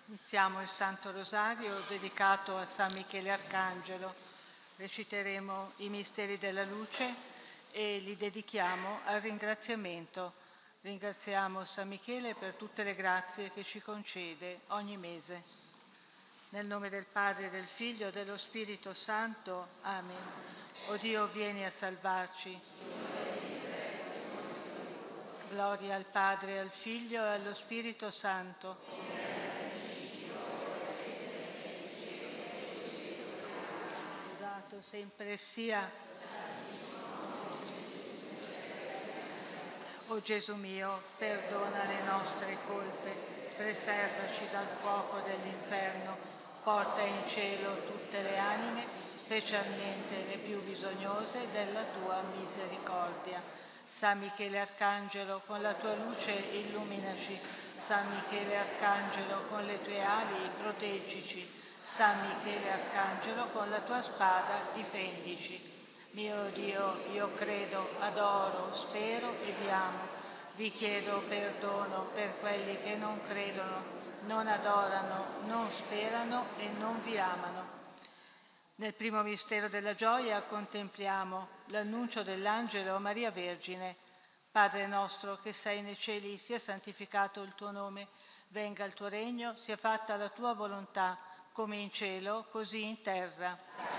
Iniziamo il Santo Rosario dedicato a San Michele Arcangelo. Reciteremo i misteri della luce e li dedichiamo al ringraziamento. Ringraziamo San Michele per tutte le grazie che ci concede ogni mese. Nel nome del Padre, del Figlio e dello Spirito Santo. Amen. O Dio, vieni a salvarci. Gloria al Padre, al Figlio e allo Spirito Santo. Lodato sempre sia. O Gesù mio, perdona le nostre colpe, preservaci dal fuoco dell'inferno, porta in cielo tutte le anime, specialmente le più bisognose della tua misericordia. San Michele Arcangelo, con la tua luce illuminaci. San Michele Arcangelo, con le tue ali proteggici. San Michele Arcangelo, con la tua spada difendici. Mio Dio, io credo, adoro, spero e vi amo. Vi chiedo perdono per quelli che non credono, non adorano, non sperano e non vi amano. Nel primo mistero della gioia contempliamo l'annuncio dell'angelo a Maria Vergine. Padre nostro che sei nei cieli, sia santificato il tuo nome, venga il tuo regno, sia fatta la tua volontà, come in cielo, così in terra.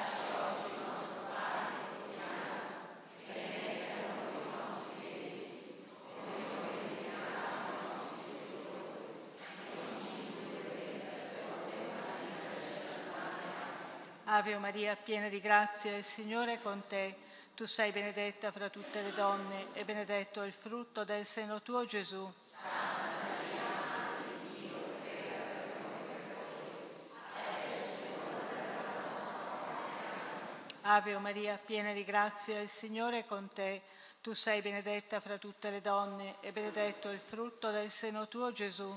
Ave Maria, piena di grazia, il Signore è con te. Tu sei benedetta fra tutte le donne e benedetto è il frutto del seno tuo, Gesù. Ave Maria, piena di grazia, il Signore è con te. Tu sei benedetta fra tutte le donne e benedetto è il frutto del seno tuo, Gesù.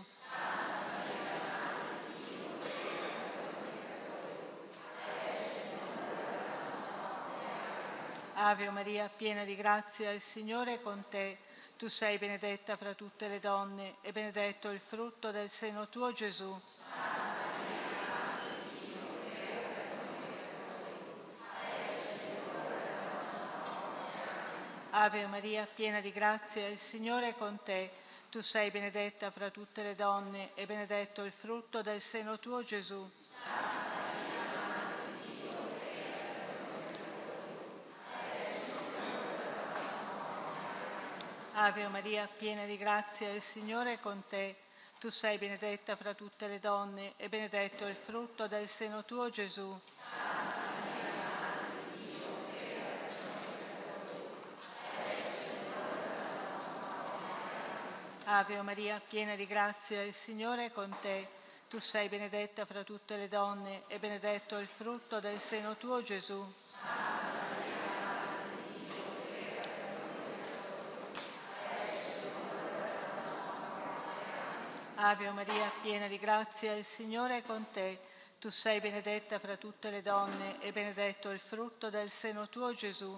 Ave Maria, piena di grazia, il Signore è con te. Tu sei benedetta fra tutte le donne e benedetto è il frutto del seno tuo, Gesù. Ave Maria, piena di grazia, il Signore è con te. Tu sei benedetta fra tutte le donne e benedetto è il frutto del seno tuo, Gesù. Ave Maria, piena di grazia, il Signore è con te. Tu sei benedetta fra tutte le donne e benedetto è il frutto del seno tuo, Gesù. Ave Maria, piena di grazia, il Signore è con te. Tu sei benedetta fra tutte le donne e benedetto è il frutto del seno tuo, Gesù. Ave Maria, piena di grazia, il Signore è con te. Tu sei benedetta fra tutte le donne e benedetto è il frutto del seno tuo, Gesù.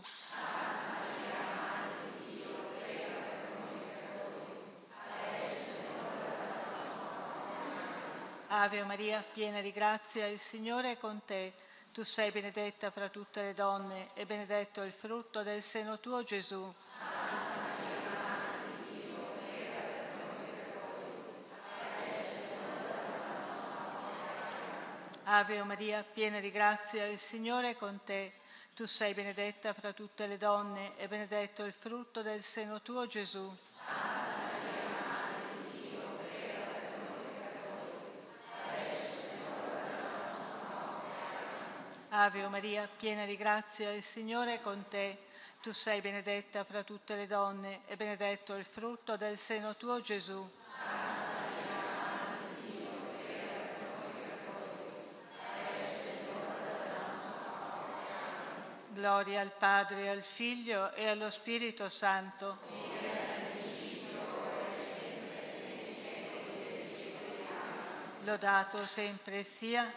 Ave Maria, piena di grazia, il Signore è con te. Tu sei benedetta fra tutte le donne e benedetto è il frutto del seno tuo, Gesù. Ave Maria, piena di grazia, il Signore è con te. Tu sei benedetta fra tutte le donne e benedetto è il frutto del seno tuo, Gesù. Ave Maria, piena di grazia, il Signore è con te. Tu sei benedetta fra tutte le donne e benedetto è il frutto del seno tuo, Gesù. Gloria al Padre, al Figlio e allo Spirito Santo. Lodato sempre sia.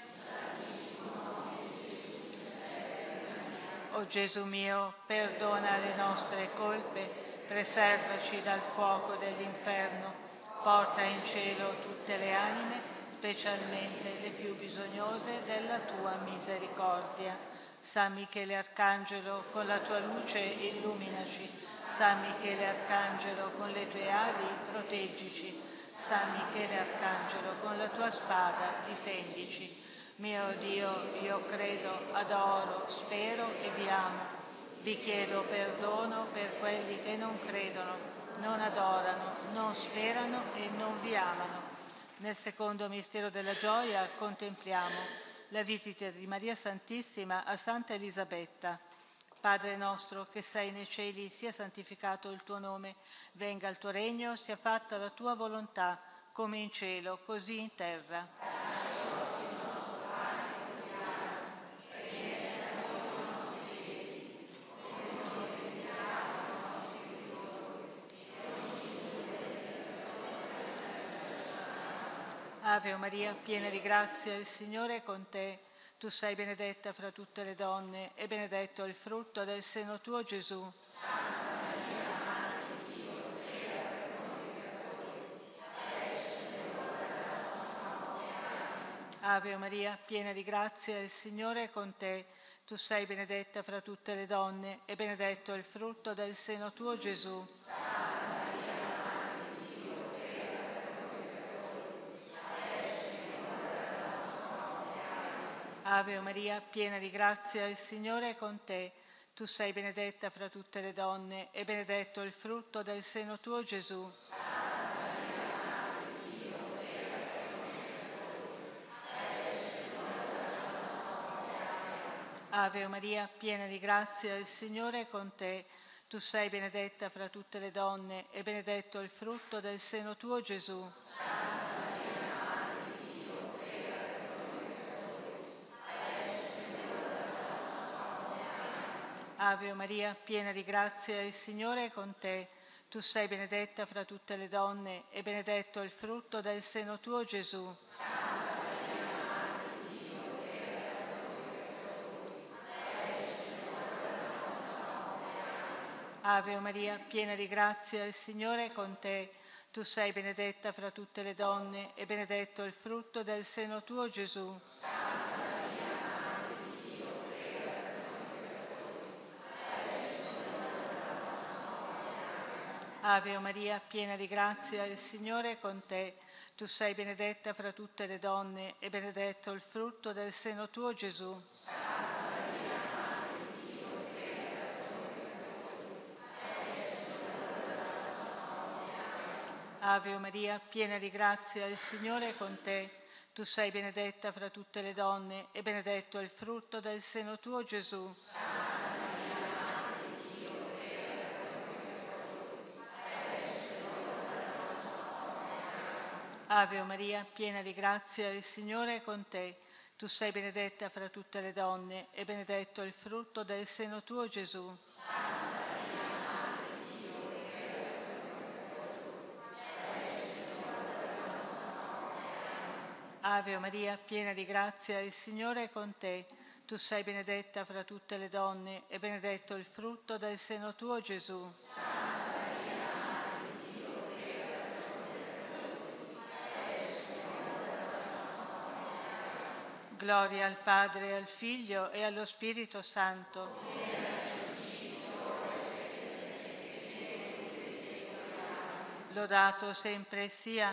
O Gesù mio, perdona le nostre colpe, preservaci dal fuoco dell'inferno, porta in cielo tutte le anime, specialmente le più bisognose della tua misericordia. San Michele Arcangelo, con la tua luce illuminaci. San Michele Arcangelo, con le tue ali proteggici. San Michele Arcangelo, con la tua spada difendici. Mio Dio, io credo, adoro, spero e vi amo. Vi chiedo perdono per quelli che non credono, non adorano, non sperano e non vi amano. Nel secondo mistero della gioia contempliamo la visita di Maria Santissima a Santa Elisabetta. Padre nostro che sei nei cieli, sia santificato il tuo nome, venga il tuo regno, sia fatta la tua volontà, come in cielo, così in terra. Ave Maria, piena di grazia, il Signore è con te. Tu sei benedetta fra tutte le donne e benedetto il frutto del seno tuo, Gesù. Ave Maria, piena di grazia, il Signore è con te. Tu sei benedetta fra tutte le donne e benedetto il frutto del seno tuo, Gesù. Ave Maria, piena di grazia, il Signore è con te. Tu sei benedetta fra tutte le donne e benedetto il frutto del seno tuo, Gesù. Ave Maria, piena di grazia, il Signore è con te. Tu sei benedetta fra tutte le donne e benedetto il frutto del seno tuo, Gesù. Ave Maria, piena di grazia, il Signore è con te. Tu sei benedetta fra tutte le donne e benedetto il frutto del seno tuo, Gesù. Ave Maria, piena di grazia, il Signore è con te. Tu sei benedetta fra tutte le donne e benedetto il frutto del seno tuo, Gesù. Ave Maria, piena di grazia, il Signore è con te. Tu sei benedetta fra tutte le donne e benedetto il frutto del seno tuo, Gesù. Ave Maria, piena di grazia, il Signore è con te. Tu sei benedetta fra tutte le donne e benedetto il frutto del seno tuo, Gesù. Ave Maria, piena di grazia, il Signore è con te. Tu sei benedetta fra tutte le donne e benedetto il frutto del seno tuo, Gesù. Ave Maria, piena di grazia, il Signore è con te. Tu sei benedetta fra tutte le donne e benedetto il frutto del seno tuo, Gesù. Gloria al Padre, al Figlio e allo Spirito Santo. Lodato sempre sia.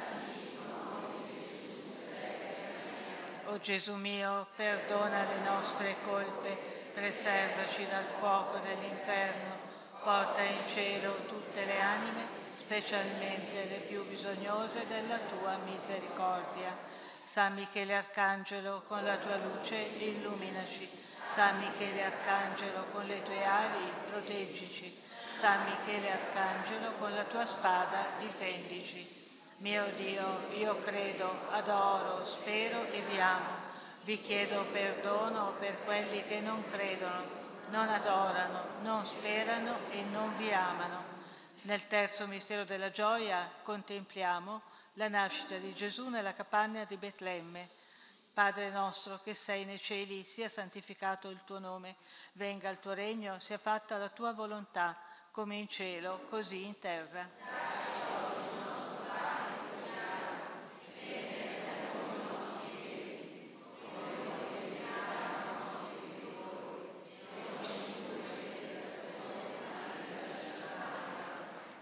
O Gesù mio, perdona le nostre colpe, preservaci dal fuoco dell'inferno, porta in cielo tutte le anime, specialmente le più bisognose della tua misericordia. San Michele Arcangelo, con la tua luce illuminaci. San Michele Arcangelo, con le tue ali proteggici. San Michele Arcangelo, con la tua spada difendici. Mio Dio, io credo, adoro, spero e vi amo. Vi chiedo perdono per quelli che non credono, non adorano, non sperano e non vi amano. Nel terzo mistero della gioia contempliamo la nascita di Gesù nella capanna di Betlemme. Padre nostro che sei nei cieli, sia santificato il tuo nome, venga il tuo regno, sia fatta la tua volontà, come in cielo, così in terra.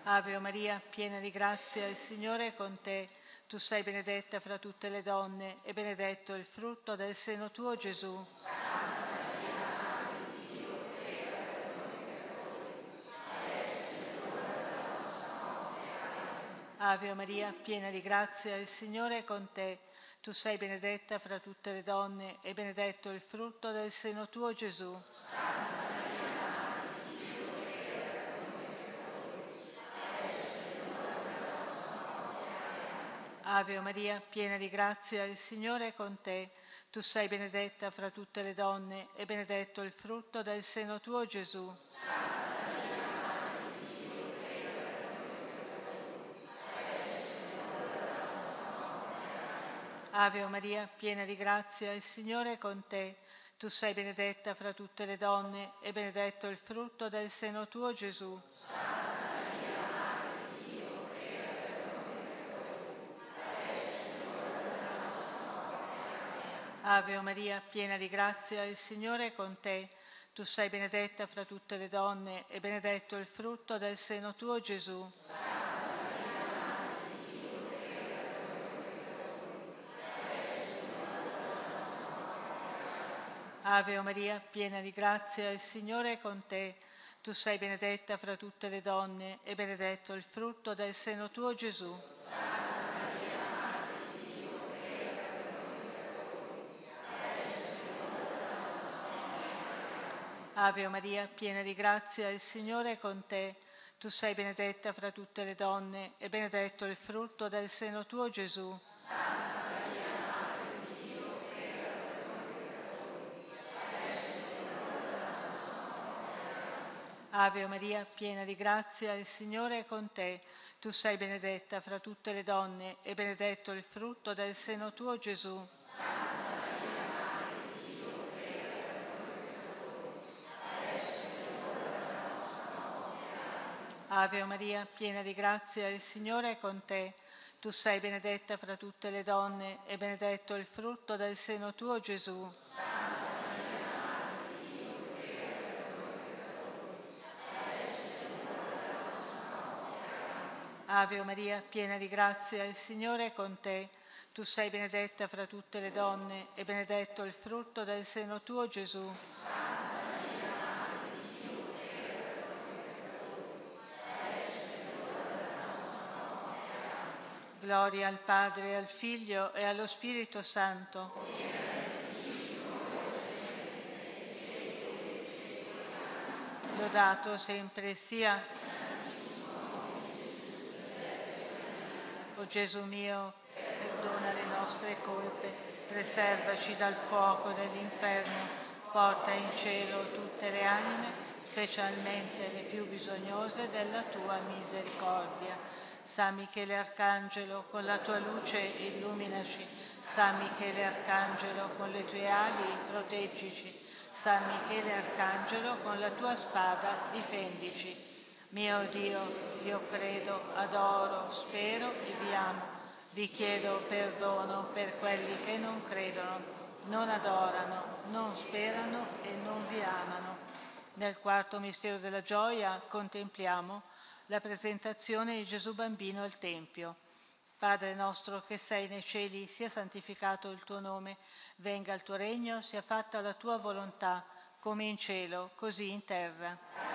Ave Maria, piena di grazia, il Signore è con te. Tu sei benedetta fra tutte le donne e benedetto il frutto del seno tuo, Gesù. Ave Maria, piena di grazia, il Signore è con te. Tu sei benedetta fra tutte le donne e benedetto il frutto del seno tuo, Gesù. Ave Maria, piena di grazia, il Signore è con te. Tu sei benedetta fra tutte le donne e benedetto il frutto del seno tuo, Gesù. Ave Maria, piena di grazia, il Signore è con te. Tu sei benedetta fra tutte le donne e benedetto il frutto del seno tuo, Gesù. Ave Maria, piena di grazia, il Signore è con te. Tu sei benedetta fra tutte le donne e benedetto il frutto del seno tuo, Gesù. Ave Maria, piena di grazia, il Signore è con te. Tu sei benedetta fra tutte le donne e benedetto il frutto del seno tuo, Gesù. Ave Maria, piena di grazia, il Signore è con te. Tu sei benedetta fra tutte le donne e benedetto il frutto del seno tuo, Gesù. Ave Maria, piena di grazia, il Signore è con te. Tu sei benedetta fra tutte le donne e benedetto il frutto del seno tuo, Gesù. Ave Maria, piena di grazia, il Signore è con te. Tu sei benedetta fra tutte le donne e benedetto il frutto del seno tuo, Gesù. Ave Maria, piena di grazia, il Signore è con te. Tu sei benedetta fra tutte le donne e benedetto il frutto del seno tuo, Gesù. Gloria al Padre, al Figlio e allo Spirito Santo. Lodato sempre sia. O Gesù mio, perdona le nostre colpe, preservaci dal fuoco dell'inferno, porta in cielo tutte le anime, specialmente le più bisognose della tua misericordia. San Michele Arcangelo, con la tua luce illuminaci. San Michele Arcangelo, con le tue ali proteggici. San Michele Arcangelo, con la tua spada difendici. Mio Dio, io credo, adoro, spero e vi amo. Vi chiedo perdono per quelli che non credono, non adorano, non sperano e non vi amano. Nel quarto mistero della gioia contempliamo la presentazione di Gesù bambino al Tempio. Padre nostro che sei nei cieli, sia santificato il tuo nome, venga il tuo regno, sia fatta la tua volontà, come in cielo, così in terra.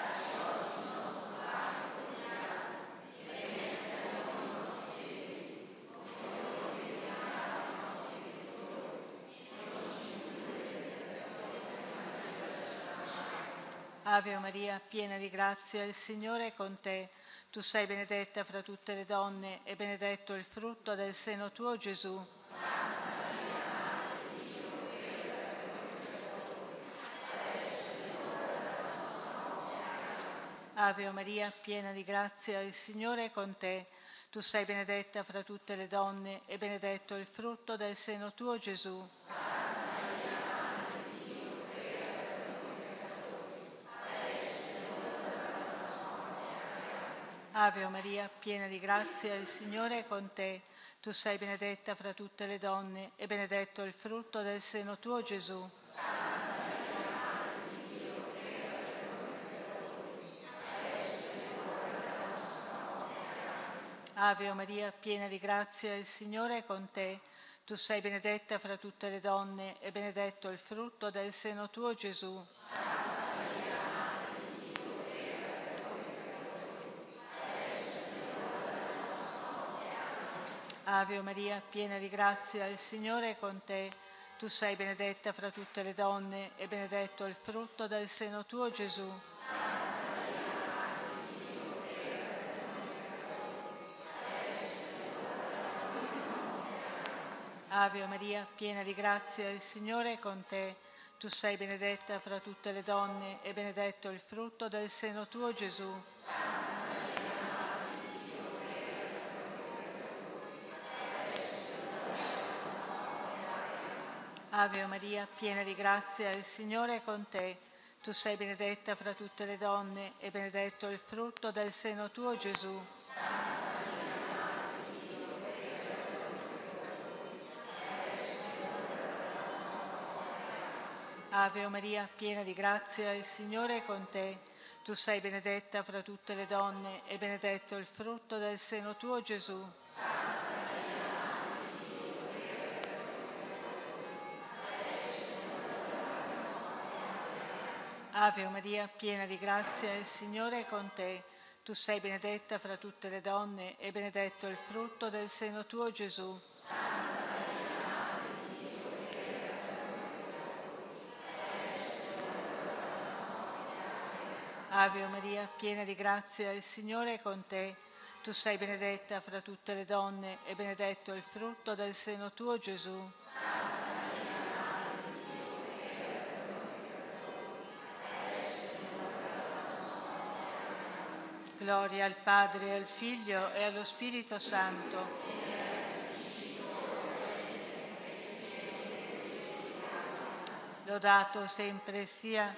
Ave Maria, piena di grazia, il Signore è con te. Tu sei benedetta fra tutte le donne e benedetto il frutto del seno tuo, Gesù. Ave Maria, piena di grazia, il Signore è con te. Tu sei benedetta fra tutte le donne e benedetto il frutto del seno tuo, Gesù. Ave Maria, piena di grazia, il Signore è con te. Tu sei benedetta fra tutte le donne e benedetto il frutto del seno tuo, Gesù. Ave Maria, piena di grazia, il Signore è con te. Tu sei benedetta fra tutte le donne e benedetto il frutto del seno tuo, Gesù. Ave Maria, piena di grazia, il Signore è con te. Tu sei benedetta fra tutte le donne e benedetto il frutto del seno tuo, Gesù. Ave Maria, piena di grazia, il Signore è con te. Tu sei benedetta fra tutte le donne e benedetto il frutto del seno tuo, Gesù. Ave Maria, piena di grazia, il Signore è con te. Tu sei benedetta fra tutte le donne e benedetto il frutto del seno tuo, Gesù. Ave Maria, piena di grazia, il Signore è con te. Tu sei benedetta fra tutte le donne e benedetto il frutto del seno tuo, Gesù. Ave Maria, piena di grazia, il Signore è con te. Tu sei benedetta fra tutte le donne e benedetto il frutto del seno tuo, Gesù. Ave Maria, piena di grazia, il Signore è con te. Tu sei benedetta fra tutte le donne e benedetto il frutto del seno tuo, Gesù. Gloria al Padre, al Figlio e allo Spirito Santo. Lodato sempre sia.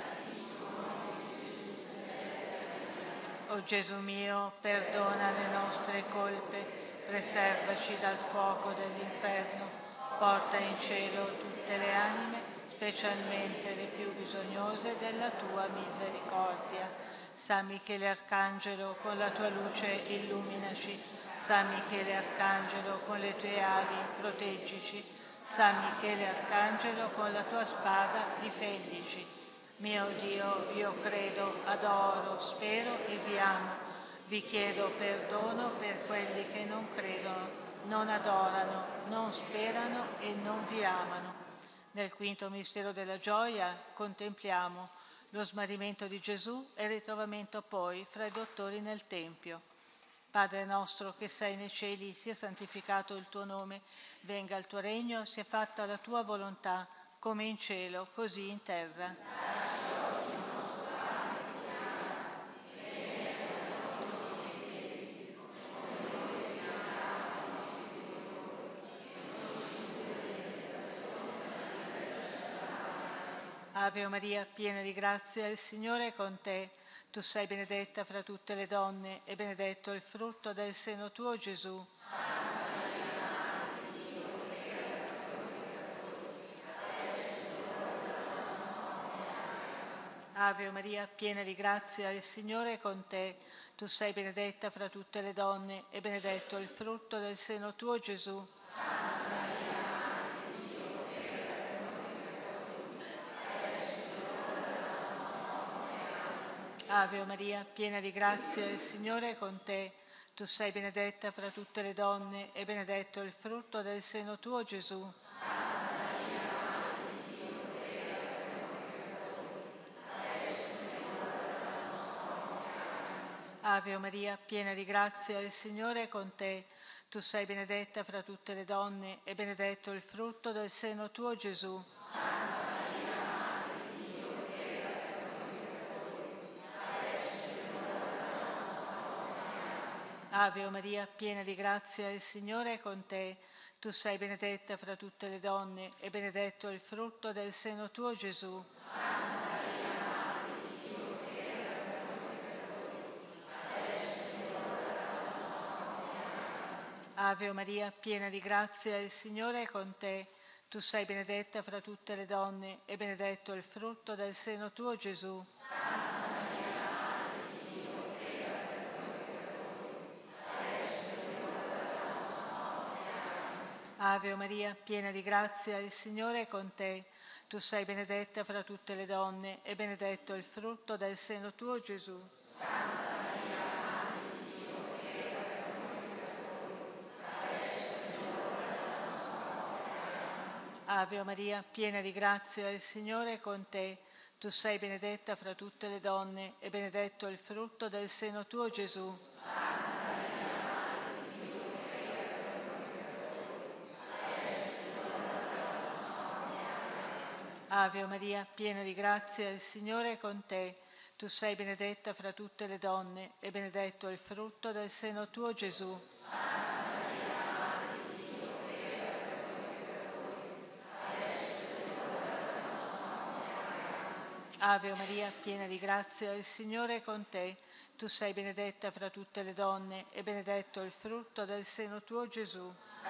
O Gesù mio, perdona le nostre colpe, preservaci dal fuoco dell'inferno, porta in cielo tutte le anime, specialmente le più bisognose della tua misericordia. San Michele Arcangelo, con la tua luce illuminaci. San Michele Arcangelo, con le tue ali proteggici. San Michele Arcangelo, con la tua spada difendici. Mio Dio, io credo, adoro, spero e vi amo. Vi chiedo perdono per quelli che non credono, non adorano, non sperano e non vi amano. Nel quinto mistero della gioia contempliamo lo smarrimento di Gesù e il ritrovamento poi fra i dottori nel Tempio. Padre nostro che sei nei cieli, sia santificato il tuo nome, venga il tuo regno, sia fatta la tua volontà, come in cielo, così in terra. Ave Maria, piena di grazia, il Signore è con te. Tu sei benedetta fra tutte le donne e benedetto il frutto del seno tuo, Gesù. Ave Maria, piena di grazia, il Signore è con te. Tu sei benedetta fra tutte le donne e benedetto il frutto del seno tuo, Gesù. Ave Maria, piena di grazia, il Signore è con te. Tu sei benedetta fra tutte le donne e benedetto il frutto del seno tuo, Gesù. Ave Maria, piena di grazia, il Signore è con te. Tu sei benedetta fra tutte le donne e benedetto il frutto del seno tuo, Gesù. Ave Maria, piena di grazia, il Signore è con te. Tu sei benedetta fra tutte le donne e benedetto il frutto del seno tuo, Gesù. Ave Maria, piena di grazia, il Signore è con te. Tu sei benedetta fra tutte le donne e benedetto il frutto del seno tuo, Gesù. Ave Maria, piena di grazia, il Signore è con te. Tu sei benedetta fra tutte le donne e benedetto il frutto del seno tuo, Gesù. Ave Maria, piena di grazia, il Signore è con te. Tu sei benedetta fra tutte le donne e benedetto il frutto del seno tuo, Gesù. Ave Maria, piena di grazia, il Signore è con te. Tu sei benedetta fra tutte le donne e benedetto il frutto del seno tuo, Gesù. Ave Maria, piena di grazia, il Signore è con te. Tu sei benedetta fra tutte le donne e benedetto il frutto del seno tuo, Gesù.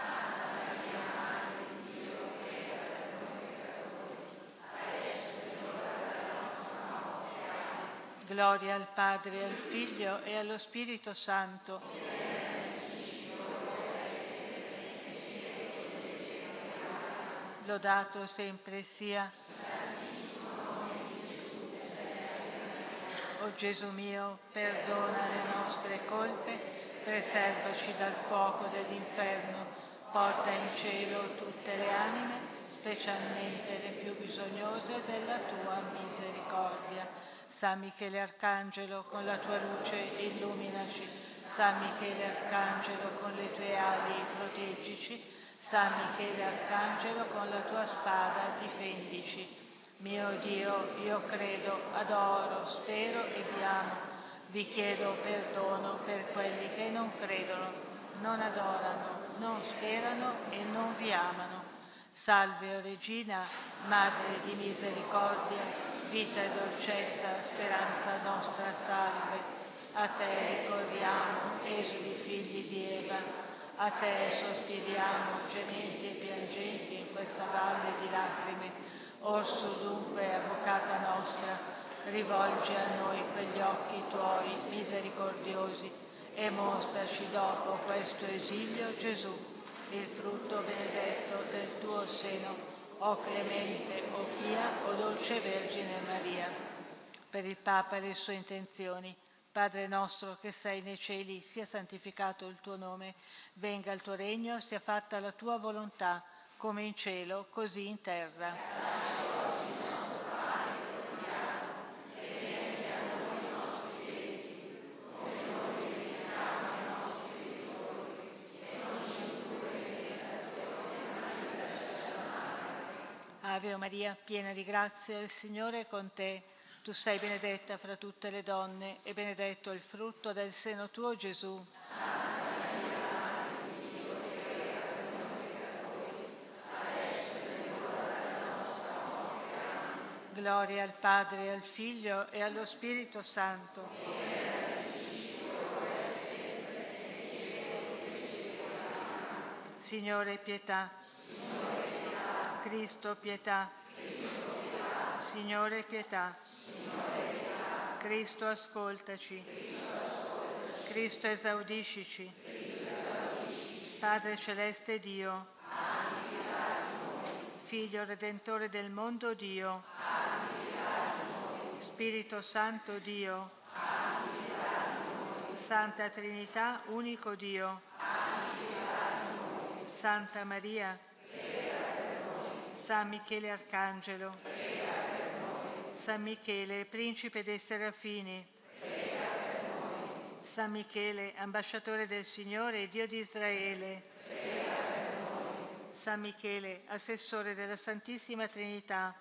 Gloria al Padre, al Figlio e allo Spirito Santo. Lodato sempre sia. O Gesù mio, perdona le nostre colpe, preservaci dal fuoco dell'inferno, porta in cielo tutte le anime, specialmente le più bisognose della tua misericordia. San Michele Arcangelo, con la tua luce illuminaci. San Michele Arcangelo, con le tue ali proteggici. San Michele Arcangelo, con la tua spada difendici. Mio Dio, io credo, adoro, spero e vi amo. Vi chiedo perdono per quelli che non credono, non adorano, non sperano e non vi amano. Salve, o Regina, Madre di misericordia, vita e dolcezza, speranza nostra, salve. A te ricorriamo, esuli figli di Eva, a te sospiriamo, gementi e piangenti in questa valle di lacrime. Orso dunque, avvocata nostra, rivolgi a noi quegli occhi tuoi misericordiosi e mostraci dopo questo esilio Gesù, il frutto benedetto del tuo seno, o clemente, o pia, o dolce Vergine Maria. Per il Papa e le sue intenzioni. Padre nostro che sei nei cieli, sia santificato il tuo nome, venga il tuo regno, sia fatta la tua volontà, come in cielo, così in terra. Ave Maria, piena di grazia, il Signore è con te. Tu sei benedetta fra tutte le donne e benedetto il frutto del seno tuo, Gesù. Gloria al Padre, al Figlio e allo Spirito Santo. Signore, pietà. Cristo, pietà. Signore, pietà. Cristo, ascoltaci. Cristo, esaudiscici. Padre celeste Dio, Figlio Redentore del mondo Dio, Spirito Santo Dio, Santa Trinità, unico Dio, Santa Maria, San Michele Arcangelo, San Michele, Principe dei Serafini, San Michele, Ambasciatore del Signore e Dio di Israele, San Michele, Assessore della Santissima Trinità,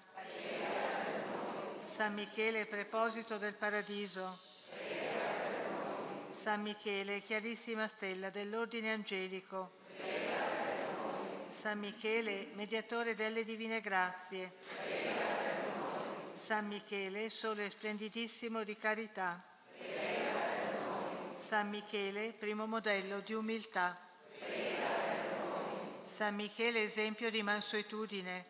San Michele, Preposito del Paradiso, San Michele, Chiarissima Stella dell'Ordine Angelico, San Michele, Mediatore delle Divine Grazie, San Michele, Sole splendidissimo di carità, San Michele, primo modello di umiltà, San Michele, esempio di mansuetudine,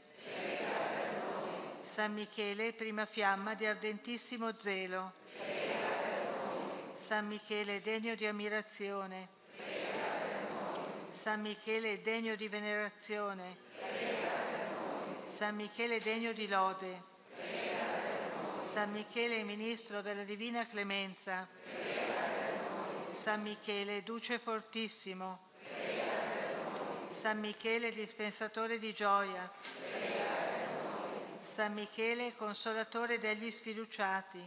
San Michele, prima fiamma di ardentissimo zelo, San Michele, degno di ammirazione, San Michele degno di venerazione, San Michele degno di lode, San Michele ministro della divina clemenza, San Michele duce fortissimo, San Michele dispensatore di gioia, San Michele consolatore degli sfiduciati,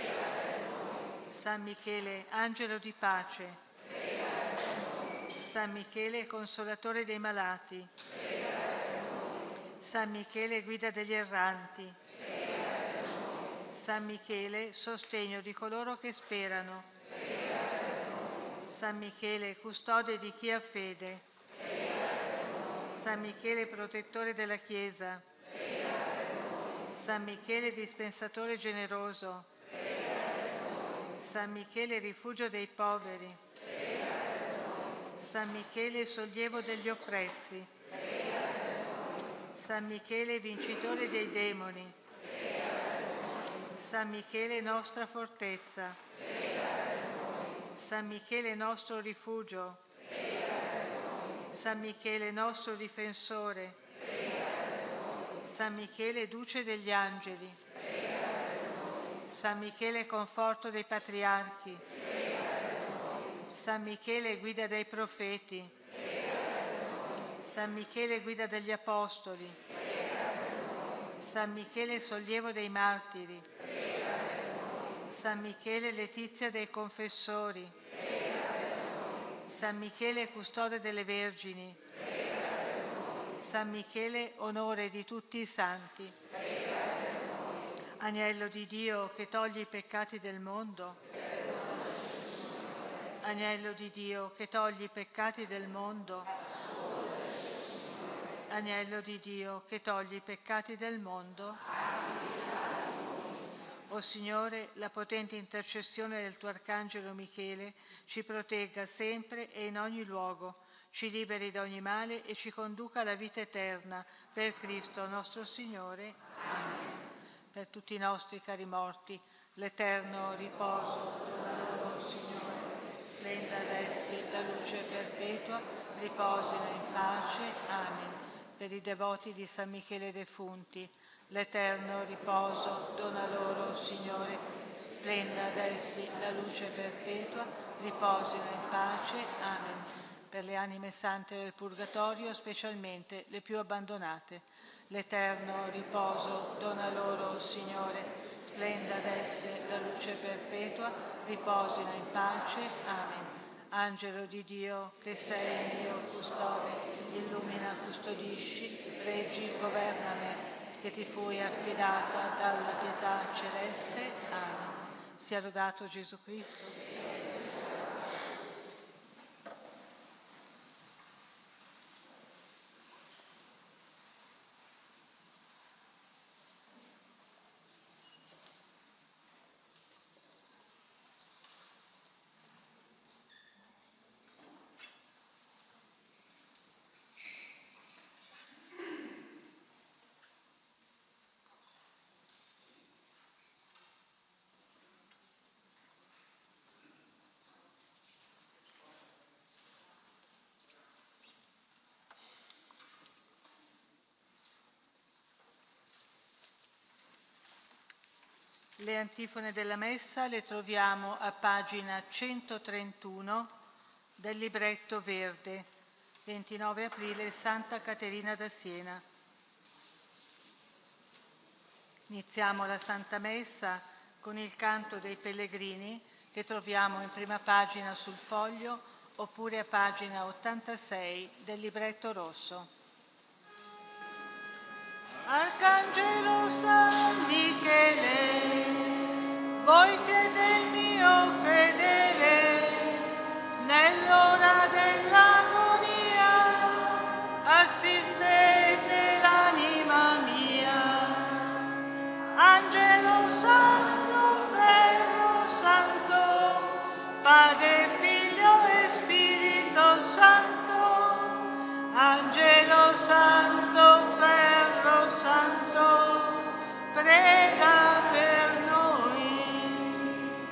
San Michele angelo di pace, San Michele consolatore dei malati, San Michele guida degli erranti, San Michele sostegno di coloro che sperano, San Michele custode di chi ha fede, San Michele protettore della Chiesa, San Michele dispensatore generoso, San Michele rifugio dei poveri, San Michele sollievo degli oppressi, San Michele vincitore dei demoni, San Michele nostra fortezza, San Michele nostro rifugio, San Michele nostro difensore, San Michele duce degli angeli, San Michele conforto dei patriarchi, San Michele guida dei profeti, San Michele guida degli apostoli, San Michele sollievo dei martiri, San Michele letizia dei confessori, San Michele custode delle vergini, San Michele onore di tutti i santi. Agnello di Dio che toglie i peccati del mondo, Agnello di Dio che toglie i peccati del mondo, Agnello di Dio che toglie i peccati del mondo. O Signore, la potente intercessione del tuo Arcangelo Michele ci protegga sempre e in ogni luogo, ci liberi da ogni male e ci conduca alla vita eterna. Per Cristo nostro Signore. Amen. Per tutti i nostri cari morti, l'eterno riposo della loro, Signore. Splenda ad essi la luce perpetua, riposino in pace. Amen. Per i devoti di San Michele defunti, l'eterno riposo dona loro, Signore. Splenda ad essi la luce perpetua, riposino in pace. Amen. Per le anime sante del Purgatorio, specialmente le più abbandonate, l'eterno riposo dona loro, Signore. Splenda ad esse la luce perpetua, riposino in pace. Amen. Angelo di Dio, che sei il mio custode, illumina, custodisci, reggi, governa me, che ti fui affidata dalla pietà celeste. Amen. Sia lodato Gesù Cristo. Le antifone della Messa le troviamo a pagina 131 del libretto verde, 29 aprile, Santa Caterina da Siena. Iniziamo la Santa Messa con il canto dei pellegrini che troviamo in prima pagina sul foglio oppure a pagina 86 del libretto rosso. Arcangelo San Michele, voi siete il mio fedele, nell'ora dell'agonia assistete l'anima mia. Angelo Santo, Verbo Santo, Padre, Figlio e Spirito Santo, Angelo Santo, Verbo Santo, prega per noi.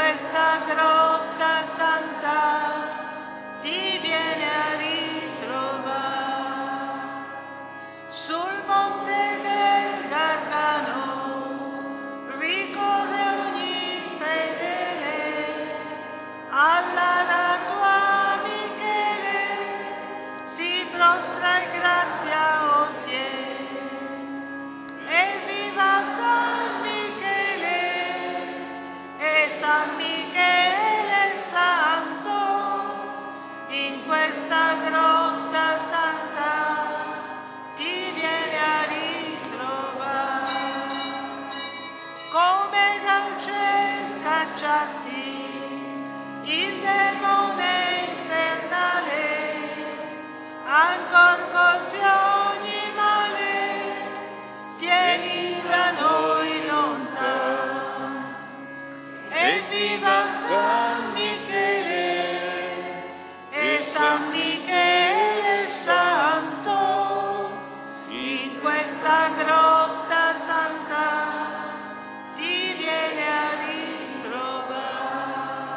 questa grotta santa ti viene a ritrovare. Sul monte del Gargano ricorre ogni fedele, alla tua Michele si prostra e grazia ottiene. Evviva San Michele, e San Michele Santo, in questa grotta santa ti viene a ritrovare. Come dal cielo scacciasti il demone infernale, ancor così ogni male tieni da noi lontano. Evviva San Michele, e San Michele Santo, in questa grotta santa ti viene a ritrovare.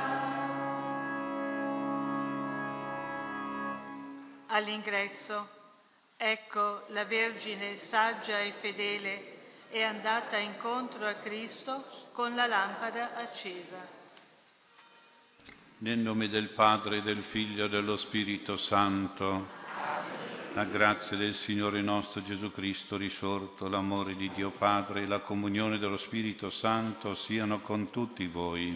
All'ingresso, ecco la Vergine saggia e fedele è andata incontro a Cristo con la lampada accesa. Nel nome del Padre, del Figlio e dello Spirito Santo, la grazia del Signore nostro Gesù Cristo risorto, l'amore di Dio Padre e la comunione dello Spirito Santo siano con tutti voi.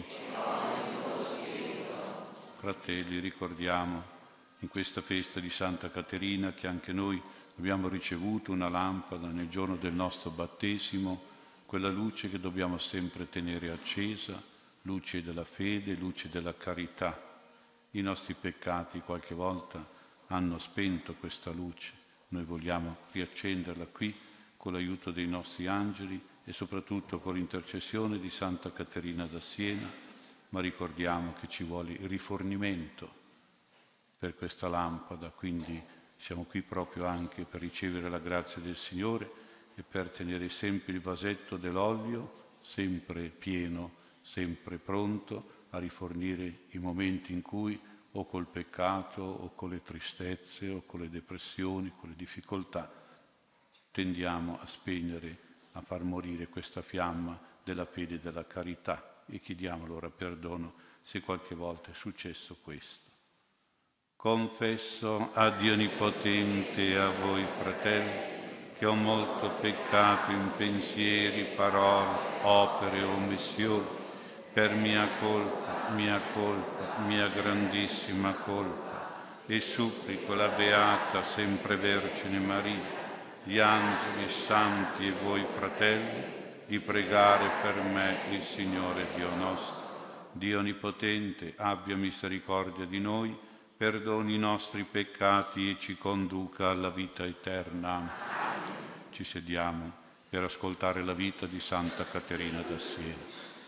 Fratelli, ricordiamo in questa festa di Santa Caterina che anche noi abbiamo ricevuto una lampada nel giorno del nostro battesimo, quella luce che dobbiamo sempre tenere accesa, luce della fede, luce della carità. I nostri peccati qualche volta hanno spento questa luce. Noi vogliamo riaccenderla qui con l'aiuto dei nostri angeli e soprattutto con l'intercessione di Santa Caterina da Siena, ma ricordiamo che ci vuole il rifornimento per questa lampada, quindi siamo qui proprio anche per ricevere la grazia del Signore e per tenere sempre il vasetto dell'olio sempre pieno, sempre pronto a rifornire i momenti in cui o col peccato o con le tristezze o con le depressioni, con le difficoltà tendiamo a spegnere, a far morire questa fiamma della fede e della carità, e chiediamo allora perdono se qualche volta è successo questo. Confesso a Dio Onnipotente e a voi, fratelli, che ho molto peccato in pensieri, parole, opere o omissioni, per mia colpa, mia grandissima colpa, e supplico la Beata sempre Vergine Maria, gli angeli, i santi e voi, fratelli, di pregare per me il Signore Dio nostro. Dio Onnipotente abbia misericordia di noi, perdoni i nostri peccati e ci conduca alla vita eterna. Ci sediamo per ascoltare la vita di Santa Caterina da Siena.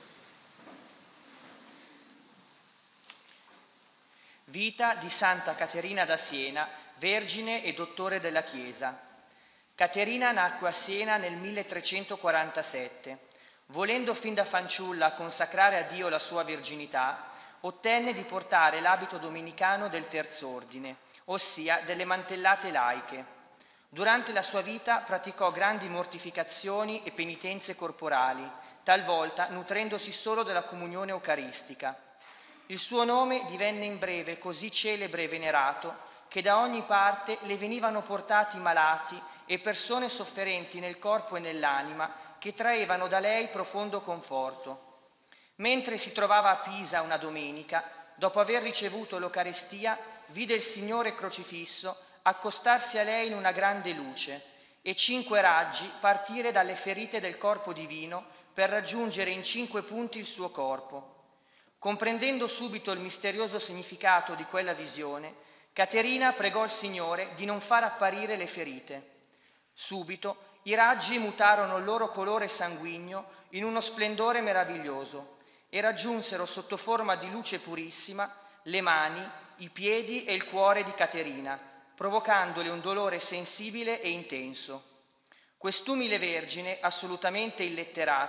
Vita di Santa Caterina da Siena, vergine e dottore della Chiesa. Caterina nacque a Siena nel 1347. Volendo fin da fanciulla consacrare a Dio la sua verginità, ottenne di portare l'abito domenicano del terz'ordine, ossia delle mantellate laiche. Durante la sua vita praticò grandi mortificazioni e penitenze corporali, talvolta nutrendosi solo della comunione eucaristica. Il suo nome divenne in breve così celebre e venerato che da ogni parte le venivano portati malati e persone sofferenti nel corpo e nell'anima che traevano da lei profondo conforto. Mentre si trovava a Pisa una domenica, dopo aver ricevuto l'Eucaristia, vide il Signore crocifisso accostarsi a lei in una grande luce e 5 raggi partire dalle ferite del corpo divino per raggiungere in 5 punti il suo corpo. Comprendendo subito il misterioso significato di quella visione, Caterina pregò il Signore di non far apparire le ferite. Subito i raggi mutarono il loro colore sanguigno in uno splendore meraviglioso e raggiunsero sotto forma di luce purissima le mani, i piedi e il cuore di Caterina, provocandole un dolore sensibile e intenso. Quest'umile vergine, assolutamente illetterata,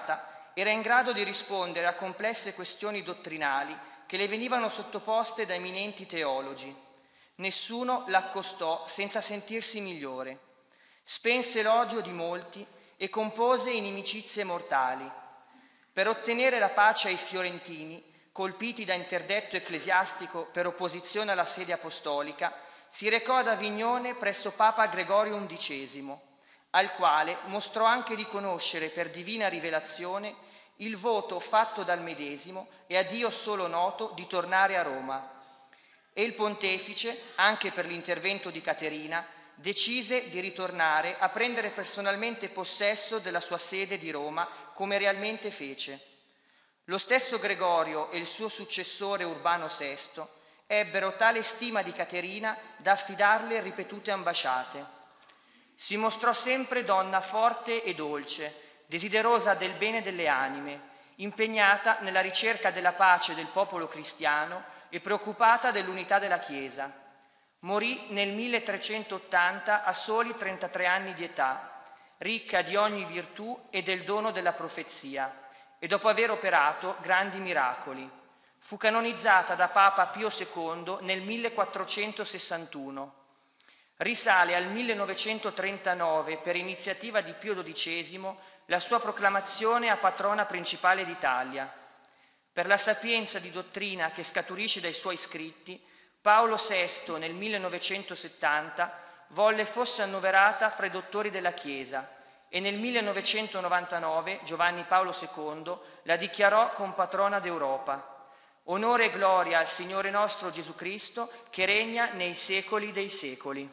era in grado di rispondere a complesse questioni dottrinali che le venivano sottoposte da eminenti teologi. Nessuno l'accostò senza sentirsi migliore. Spense l'odio di molti e compose inimicizie mortali. Per ottenere la pace ai fiorentini, colpiti da interdetto ecclesiastico per opposizione alla sede apostolica, si recò ad Avignone presso Papa Gregorio XI, al quale mostrò anche di conoscere per divina rivelazione il voto fatto dal medesimo e a Dio solo noto di tornare a Roma. E il pontefice, anche per l'intervento di Caterina, decise di ritornare a prendere personalmente possesso della sua sede di Roma, come realmente fece. Lo stesso Gregorio e il suo successore Urbano VI ebbero tale stima di Caterina da affidarle ripetute ambasciate. Si mostrò sempre donna forte e dolce, desiderosa del bene delle anime, impegnata nella ricerca della pace del popolo cristiano e preoccupata dell'unità della Chiesa. Morì nel 1380 a soli 33 anni di età, ricca di ogni virtù e del dono della profezia, e dopo aver operato grandi miracoli. Fu canonizzata da Papa Pio II nel 1461. Risale al 1939, per iniziativa di Pio XII, la sua proclamazione a patrona principale d'Italia. Per la sapienza di dottrina che scaturisce dai suoi scritti, Paolo VI nel 1970 volle fosse annoverata fra i dottori della Chiesa e nel 1999 Giovanni Paolo II la dichiarò compatrona d'Europa. Onore e gloria al Signore nostro Gesù Cristo, che regna nei secoli dei secoli.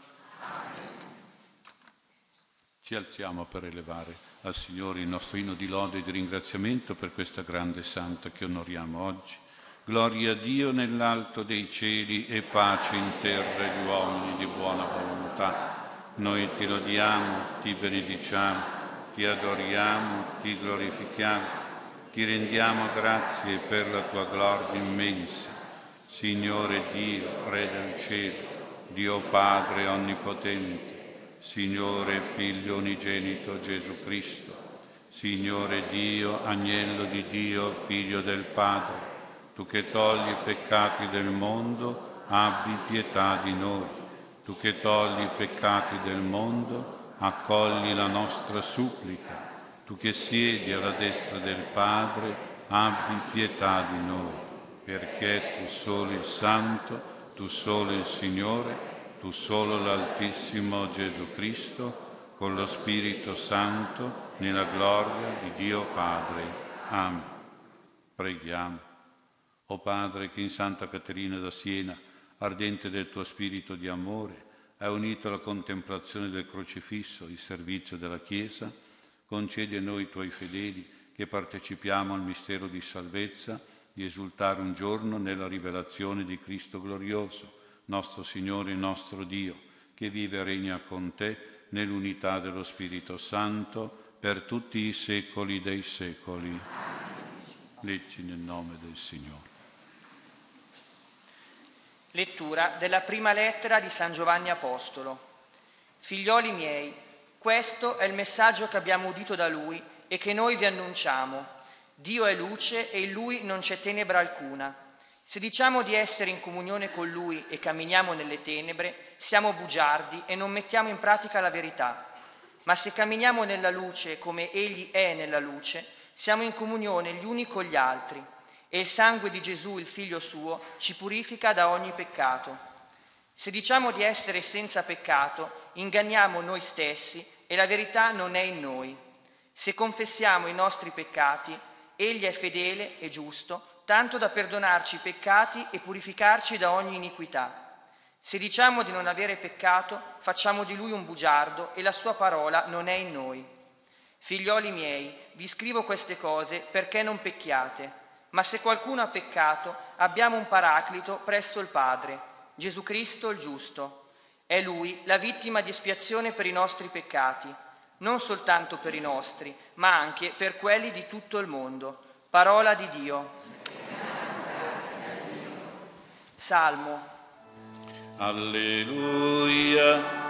Ci alziamo per elevare al Signore il nostro inno di lode e di ringraziamento per questa grande santa che onoriamo oggi. Gloria a Dio nell'alto dei cieli e pace in terra agli uomini di buona volontà. Noi ti lodiamo, ti benediciamo, ti adoriamo, ti glorifichiamo, ti rendiamo grazie per la tua gloria immensa. Signore Dio, Re del cielo, Dio Padre onnipotente, Signore Figlio unigenito Gesù Cristo, Signore Dio, Agnello di Dio, Figlio del Padre, tu che togli i peccati del mondo, abbi pietà di noi. Tu che togli i peccati del mondo, accogli la nostra supplica. Tu che siedi alla destra del Padre, abbi pietà di noi, perché tu solo il Santo, tu solo il Signore, tu solo l'Altissimo Gesù Cristo, con lo Spirito Santo, nella gloria di Dio Padre. Amen. Preghiamo. O Padre, che in Santa Caterina da Siena, ardente del tuo spirito di amore, hai unito alla contemplazione del crocifisso il servizio della Chiesa, concedi a noi tuoi fedeli, che partecipiamo al mistero di salvezza, di esultare un giorno nella rivelazione di Cristo glorioso, nostro Signore e nostro Dio, che vive e regna con te nell'unità dello Spirito Santo per tutti i secoli dei secoli. Leggi nel nome del Signore. Lettura della prima lettera di San Giovanni Apostolo. Figlioli miei, questo è il messaggio che abbiamo udito da Lui e che noi vi annunciamo. Dio è luce e in Lui non c'è tenebra alcuna. Se diciamo di essere in comunione con Lui e camminiamo nelle tenebre, siamo bugiardi e non mettiamo in pratica la verità. Ma se camminiamo nella luce come Egli è nella luce, siamo in comunione gli uni con gli altri. E il sangue di Gesù, il Figlio suo, ci purifica da ogni peccato. Se diciamo di essere senza peccato, inganniamo noi stessi e la verità non è in noi. Se confessiamo i nostri peccati, Egli è fedele e giusto, tanto da perdonarci i peccati e purificarci da ogni iniquità. Se diciamo di non avere peccato, facciamo di Lui un bugiardo e la sua parola non è in noi. Figlioli miei, vi scrivo queste cose perché non pecchiate. Ma se qualcuno ha peccato, abbiamo un paraclito presso il Padre, Gesù Cristo il giusto. È Lui la vittima di espiazione per i nostri peccati, non soltanto per i nostri, ma anche per quelli di tutto il mondo. Parola di Dio. Salmo. Alleluia,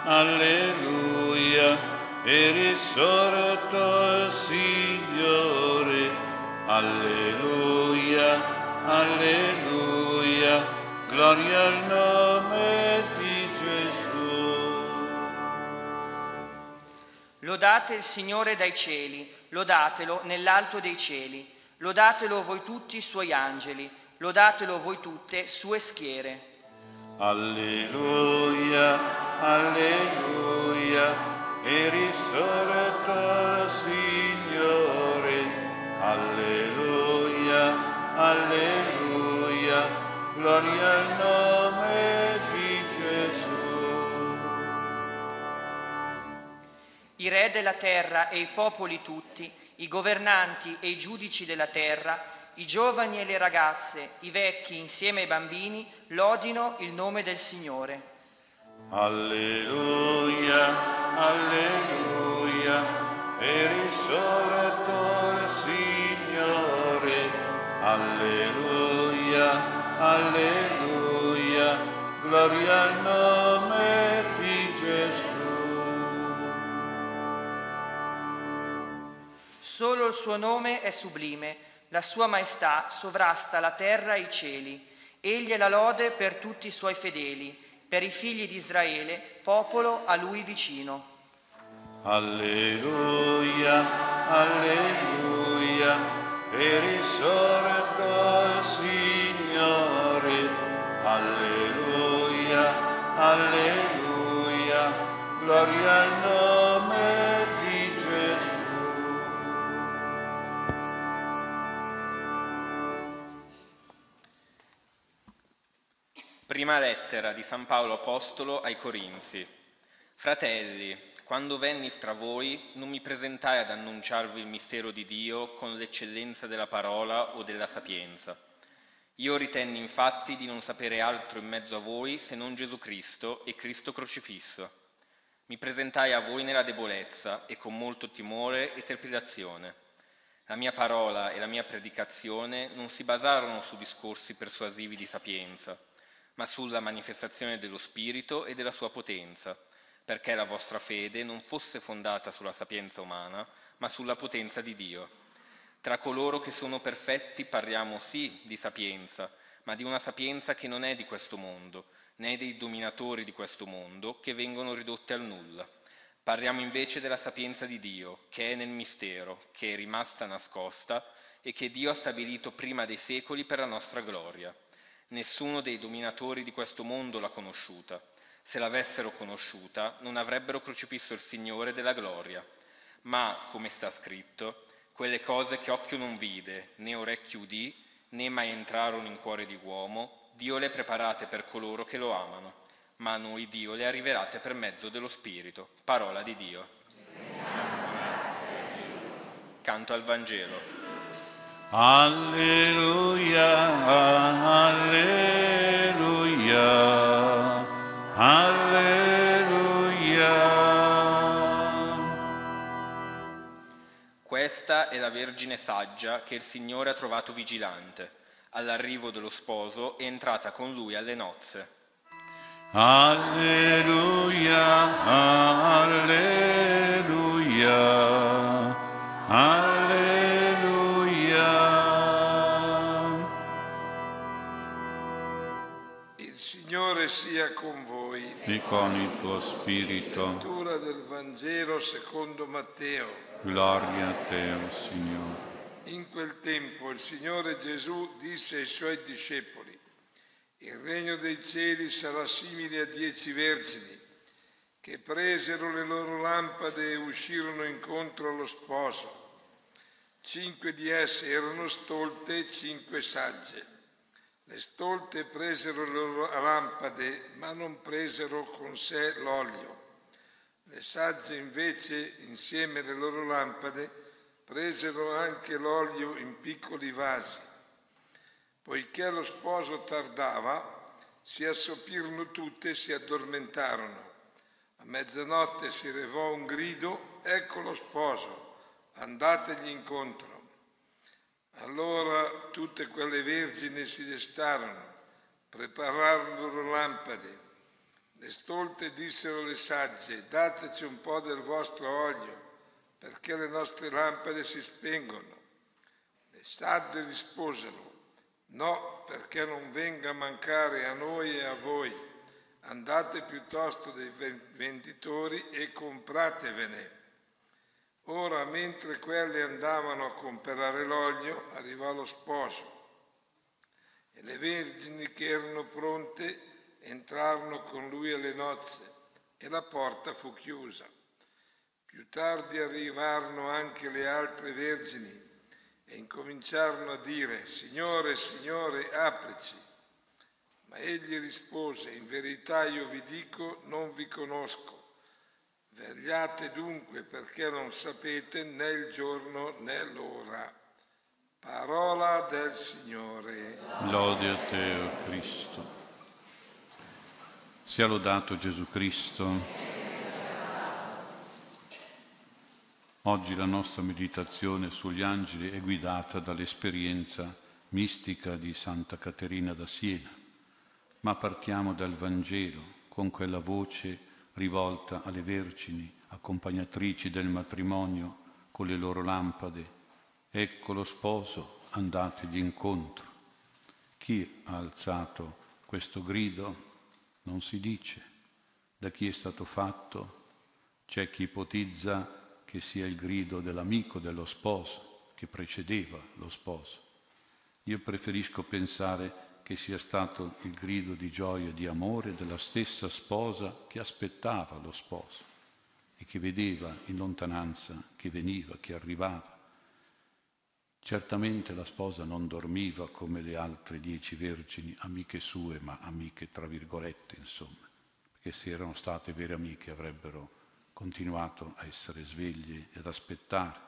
alleluia, è risorto il Signore. Alleluia, alleluia, gloria al nome di Gesù. Lodate il Signore dai cieli, lodatelo nell'alto dei cieli, lodatelo voi tutti i suoi angeli, lodatelo voi tutte sue schiere. Alleluia, alleluia, è risorto il Signore. Alleluia, alleluia, gloria al nome di Gesù. I re della terra e i popoli tutti, i governanti e i giudici della terra, i giovani e le ragazze, i vecchi insieme ai bambini, lodino il nome del Signore. Alleluia, alleluia, è risorto il Signore. Alleluia, alleluia, gloria al nome di Gesù. Solo il suo nome è sublime, la sua maestà sovrasta la terra e i cieli. Egli è la lode per tutti i suoi fedeli, per i figli di Israele, popolo a lui vicino. Alleluia, alleluia, è risorto il Signore. Alleluia, alleluia, gloria al nome di Gesù. Prima lettera di San Paolo Apostolo ai Corinzi. Fratelli, quando venni tra voi non mi presentai ad annunciarvi il mistero di Dio con l'eccellenza della parola o della sapienza. Io ritenni infatti di non sapere altro in mezzo a voi se non Gesù Cristo e Cristo crocifisso. Mi presentai a voi nella debolezza e con molto timore e trepidazione. La mia parola e la mia predicazione non si basarono su discorsi persuasivi di sapienza, ma sulla manifestazione dello Spirito e della sua potenza, perché la vostra fede non fosse fondata sulla sapienza umana, ma sulla potenza di Dio. Tra coloro che sono perfetti parliamo sì di sapienza, ma di una sapienza che non è di questo mondo, né dei dominatori di questo mondo, che vengono ridotti al nulla. Parliamo invece della sapienza di Dio, che è nel mistero, che è rimasta nascosta e che Dio ha stabilito prima dei secoli per la nostra gloria. Nessuno dei dominatori di questo mondo l'ha conosciuta. Se l'avessero conosciuta, non avrebbero crocifisso il Signore della gloria. Ma, come sta scritto, quelle cose che occhio non vide, né orecchio udì, né mai entrarono in cuore di uomo, Dio le ha preparate per coloro che lo amano. Ma a noi Dio le ha rivelate per mezzo dello Spirito. Parola di Dio. Canto al Vangelo. Alleluia, alleluia, alleluia. Questa è la Vergine saggia che il Signore ha trovato vigilante. All'arrivo dello sposo è entrata con lui alle nozze. Alleluia, alleluia, alleluia. Il Signore sia con voi. E con il tuo spirito. Lettura del Vangelo secondo Matteo. Gloria a te, o Signore. In quel tempo il Signore Gesù disse ai suoi discepoli: il regno dei cieli sarà simile a 10 vergini che presero le loro lampade e uscirono incontro allo sposo. 5 di esse erano stolte e 5 sagge. Le stolte presero le loro lampade, ma non presero con sé l'olio. Le sagge invece, insieme alle loro lampade, presero anche l'olio in piccoli vasi. Poiché lo sposo tardava, si assopirono tutte e si addormentarono. A mezzanotte si levò un grido: ecco lo sposo, andategli incontro. Allora tutte quelle vergini si destarono, prepararono le loro lampade. Le stolte dissero alle sagge: dateci un po' del vostro olio, perché le nostre lampade si spengono. Le sarde risposero: no, perché non venga a mancare a noi e a voi. Andate piuttosto dai venditori e compratevene. Ora, mentre quelli andavano a comprare l'olio, arrivò lo sposo e le vergini che erano pronte entrarono con lui alle nozze e la porta fu chiusa. Più tardi arrivarono anche le altre vergini e incominciarono a dire: Signore, Signore, aprici. Ma egli rispose: in verità io vi dico, non vi conosco. Vegliate dunque, perché non sapete né il giorno né l'ora. Parola del Signore. Lode a te, o Cristo. Sia lodato Gesù Cristo. Oggi la nostra meditazione sugli angeli è guidata dall'esperienza mistica di Santa Caterina da Siena, ma partiamo dal Vangelo con quella voce rivolta alle vergini, accompagnatrici del matrimonio con le loro lampade: ecco lo sposo, andategli incontro. Chi ha alzato questo grido? Non si dice. Da chi è stato fatto? C'è chi ipotizza che sia il grido dell'amico dello sposo, che precedeva lo sposo. Io preferisco pensare che sia stato il grido di gioia e di amore della stessa sposa che aspettava lo sposo e che vedeva in lontananza che veniva, che arrivava. Certamente la sposa non dormiva come le altre 10 vergini, amiche sue, ma amiche tra virgolette, insomma, perché se erano state vere amiche avrebbero continuato a essere sveglie ed aspettare.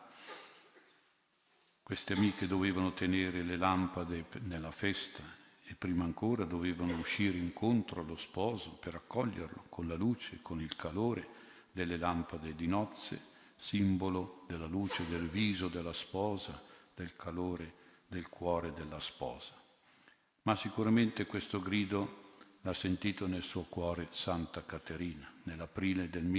Queste amiche dovevano tenere le lampade nella festa e prima ancora dovevano uscire incontro allo sposo per accoglierlo con la luce, con il calore delle lampade di nozze, simbolo della luce del viso della sposa, del calore del cuore della sposa. Ma sicuramente questo grido l'ha sentito nel suo cuore Santa Caterina, nell'aprile del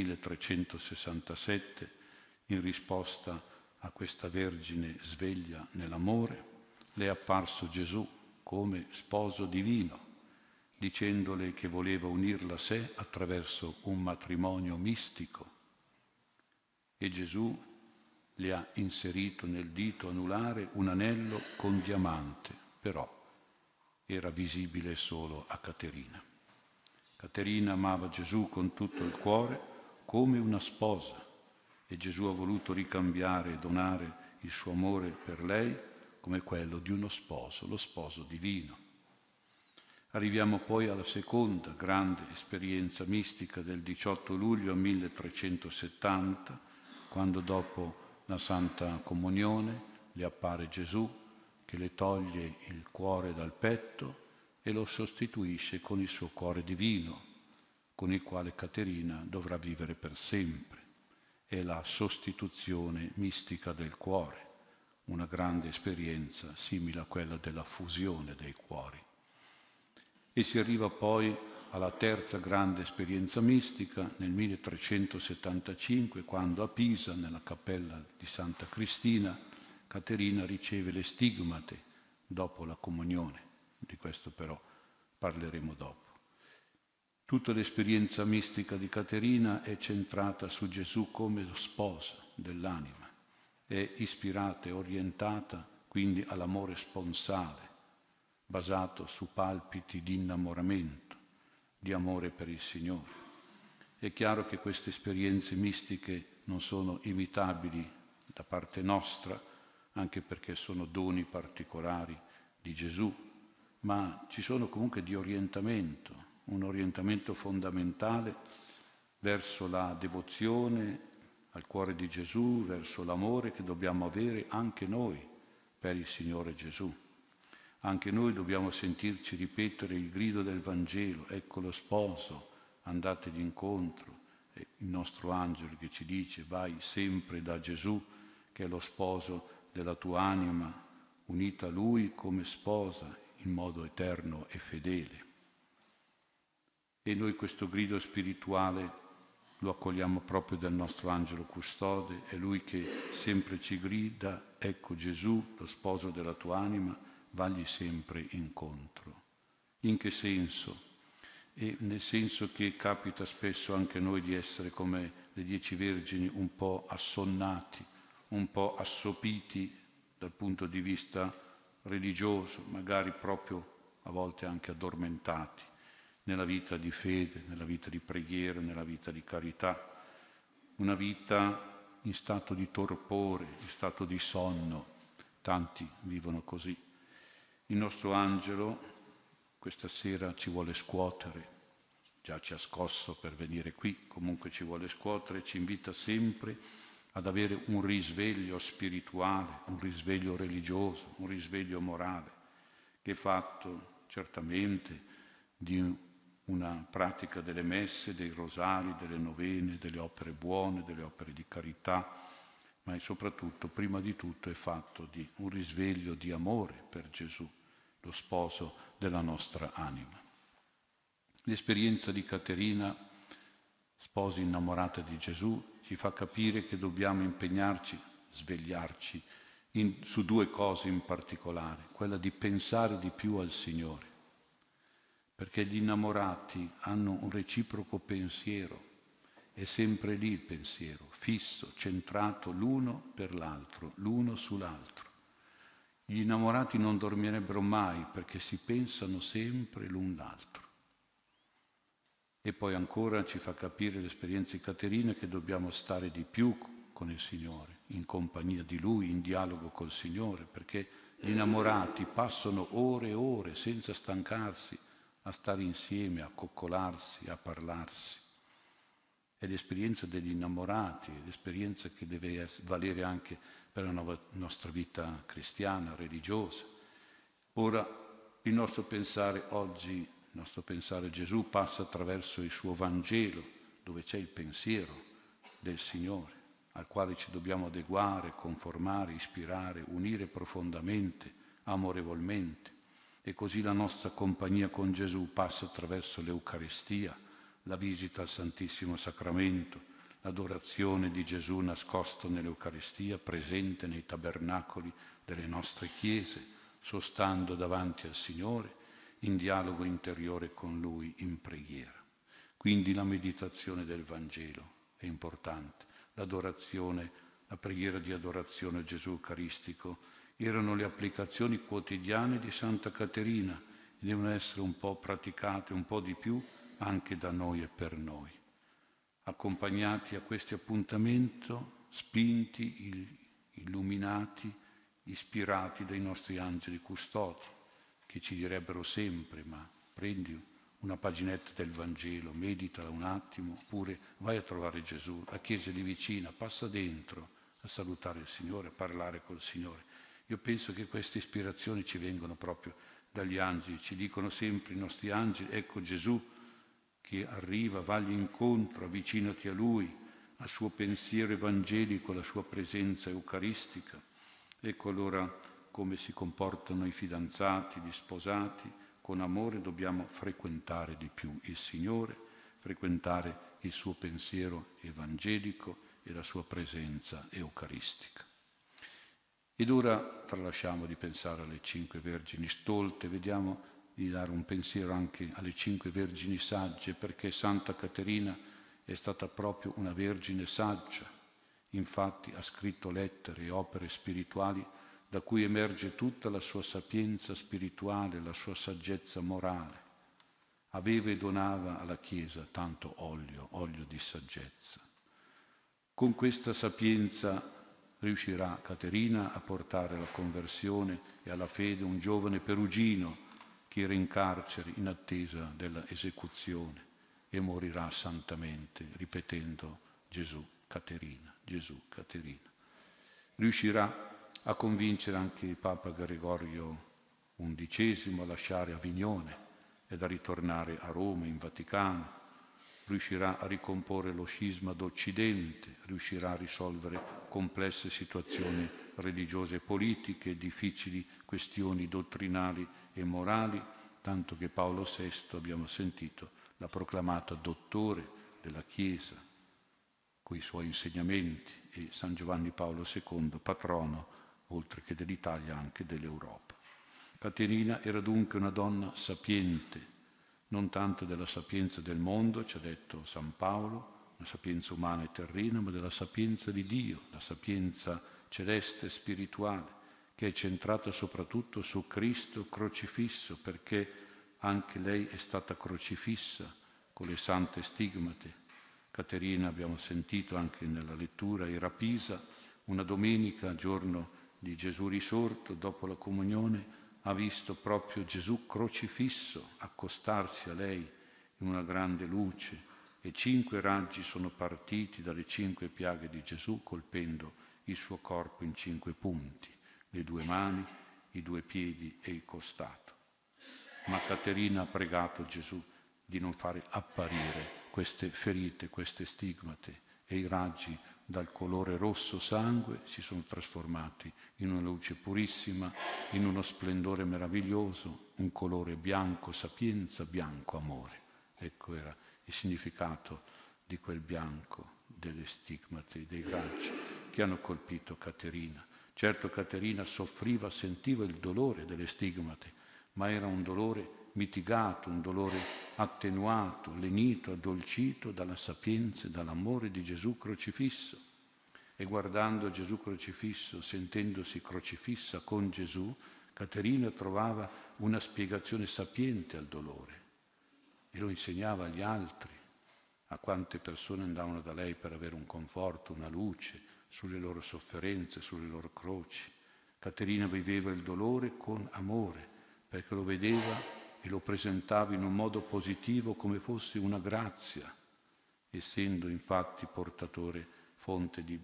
1367, in risposta a questa Vergine sveglia nell'amore, le è apparso Gesù come sposo divino, dicendole che voleva unirla a sé attraverso un matrimonio mistico. E Gesù le ha inserito nel dito anulare un anello con diamante, però era visibile solo a Caterina. Caterina amava Gesù con tutto il cuore come una sposa e Gesù ha voluto ricambiare e donare il suo amore per lei come quello di uno sposo, lo sposo divino. Arriviamo poi alla seconda grande esperienza mistica del 18 luglio 1370, quando dopo la Santa Comunione le appare Gesù che le toglie il cuore dal petto e lo sostituisce con il suo cuore divino, con il quale Caterina dovrà vivere per sempre. È la sostituzione mistica del cuore, una grande esperienza simile a quella della fusione dei cuori. E si arriva poi alla terza grande esperienza mistica nel 1375, quando a Pisa, nella cappella di Santa Cristina, Caterina riceve le stigmate dopo la comunione. Di questo però parleremo dopo. Tutta l'esperienza mistica di Caterina è centrata su Gesù come lo sposo dell'anima, è ispirata e orientata quindi all'amore sponsale, basato su palpiti di innamoramento, di amore per il Signore. È chiaro che queste esperienze mistiche non sono imitabili da parte nostra, anche perché sono doni particolari di Gesù, ma ci sono comunque di orientamento, un orientamento fondamentale verso la devozione al cuore di Gesù, verso l'amore che dobbiamo avere anche noi per il Signore Gesù. Anche noi dobbiamo sentirci ripetere il grido del Vangelo: ecco lo sposo, andategli incontro. E il nostro angelo che ci dice: vai sempre da Gesù, che è lo sposo della tua anima, unita a Lui come sposa in modo eterno e fedele. E noi questo grido spirituale lo accogliamo proprio dal nostro angelo custode, è lui che sempre ci grida: ecco Gesù, lo sposo della tua anima, vagli sempre incontro. In che senso? E nel senso che capita spesso anche a noi di essere come le 10 vergini, un po' assonnati, un po' assopiti dal punto di vista religioso, magari proprio a volte anche addormentati nella vita di fede, nella vita di preghiera, nella vita di carità, una vita in stato di torpore, in stato di sonno. Tanti vivono così. Il nostro angelo questa sera ci vuole scuotere, già ci ha scosso per venire qui, comunque ci vuole scuotere, ci invita sempre ad avere un risveglio spirituale, un risveglio religioso, un risveglio morale, che è fatto certamente di una pratica delle messe, dei rosari, delle novene, delle opere buone, delle opere di carità, ma soprattutto, prima di tutto, è fatto di un risveglio di amore per Gesù, lo sposo della nostra anima. L'esperienza di Caterina, sposa innamorata di Gesù, ci fa capire che dobbiamo impegnarci, svegliarci su 2 cose in particolare: quella di pensare di più al Signore, perché gli innamorati hanno un reciproco pensiero, è sempre lì il pensiero, fisso, centrato l'uno per l'altro, l'uno sull'altro. Gli innamorati non dormirebbero mai perché si pensano sempre l'un l'altro. E poi ancora ci fa capire l'esperienza di Caterina che dobbiamo stare di più con il Signore, in compagnia di Lui, in dialogo col Signore, perché gli innamorati passano ore e ore senza stancarsi a stare insieme, a coccolarsi, a parlarsi. È l'esperienza degli innamorati, è l'esperienza che deve valere anche per la nostra vita cristiana, religiosa. Ora, il nostro pensare oggi, il nostro pensare a Gesù passa attraverso il suo Vangelo, dove c'è il pensiero del Signore, al quale ci dobbiamo adeguare, conformare, ispirare, unire profondamente, amorevolmente. E così la nostra compagnia con Gesù passa attraverso l'Eucaristia, la visita al Santissimo Sacramento, l'adorazione di Gesù nascosto nell'Eucaristia, presente nei tabernacoli delle nostre chiese, sostando davanti al Signore, in dialogo interiore con Lui, in preghiera. Quindi la meditazione del Vangelo è importante, l'adorazione, la preghiera di adorazione a Gesù Eucaristico erano le applicazioni quotidiane di Santa Caterina e devono essere un po' praticate, un po' di più, anche da noi e per noi. Accompagnati a questo appuntamento, spinti, illuminati, ispirati dai nostri angeli custodi, che ci direbbero sempre: ma prendi una paginetta del Vangelo, meditala un attimo, oppure vai a trovare Gesù, la chiesa è lì vicina, passa dentro a salutare il Signore, a parlare col Signore. Io penso che queste ispirazioni ci vengono proprio dagli angeli, ci dicono sempre i nostri angeli: ecco Gesù che arriva, vagli incontro, avvicinati a Lui, al suo pensiero evangelico, alla sua presenza eucaristica. Ecco allora come si comportano i fidanzati, gli sposati. Con amore dobbiamo frequentare di più il Signore, frequentare il suo pensiero evangelico e la sua presenza eucaristica. Ed ora tralasciamo di pensare alle 5 vergini stolte, vediamo di dare un pensiero anche alle 5 vergini sagge, perché Santa Caterina è stata proprio una vergine saggia. Infatti ha scritto lettere e opere spirituali da cui emerge tutta la sua sapienza spirituale, la sua saggezza morale. Aveva e donava alla Chiesa tanto olio di saggezza. Con questa sapienza riuscirà Caterina a portare alla conversione e alla fede un giovane perugino che era in carcere in attesa della esecuzione e morirà santamente ripetendo Gesù, Caterina, Gesù, Caterina. Riuscirà a convincere anche il Papa Gregorio XI a lasciare Avignone ed a ritornare a Roma, in Vaticano. Riuscirà a ricomporre lo scisma d'Occidente, riuscirà a risolvere complesse situazioni religiose e politiche, difficili questioni dottrinali e morali, tanto che Paolo VI, abbiamo sentito, l'ha proclamata dottore della Chiesa, coi suoi insegnamenti, e San Giovanni Paolo II, patrono, oltre che dell'Italia, anche dell'Europa. Caterina era dunque una donna sapiente, non tanto della sapienza del mondo, ci ha detto San Paolo, una sapienza umana e terrena, ma della sapienza di Dio, la sapienza celeste e spirituale, che è centrata soprattutto su Cristo crocifisso, perché anche lei è stata crocifissa con le sante stigmate. Caterina, abbiamo sentito anche nella lettura, era a Pisa, una domenica, giorno di Gesù risorto, dopo la comunione, ha visto proprio Gesù crocifisso accostarsi a lei in una grande luce, e 5 raggi sono partiti dalle 5 piaghe di Gesù, colpendo il suo corpo in 5 punti, le 2 mani, i 2 piedi e il costato. Ma Caterina ha pregato Gesù di non fare apparire queste ferite, queste stigmate, e i raggi dal colore rosso sangue si sono trasformati in una luce purissima, in uno splendore meraviglioso, un colore bianco sapienza, bianco amore. Ecco era il significato di quel bianco, delle stigmate, dei raggi che hanno colpito Caterina. Certo, Caterina soffriva, sentiva il dolore delle stigmate, ma era un dolore mitigato, un dolore attenuato, lenito, addolcito dalla sapienza e dall'amore di Gesù crocifisso. E guardando Gesù crocifisso, sentendosi crocifissa con Gesù, Caterina trovava una spiegazione sapiente al dolore e lo insegnava agli altri. A quante persone andavano da lei per avere un conforto, una luce sulle loro sofferenze, sulle loro croci. Caterina viveva il dolore con amore, perché lo vedeva e lo presentava in un modo positivo come fosse una grazia, essendo infatti portatore fonte di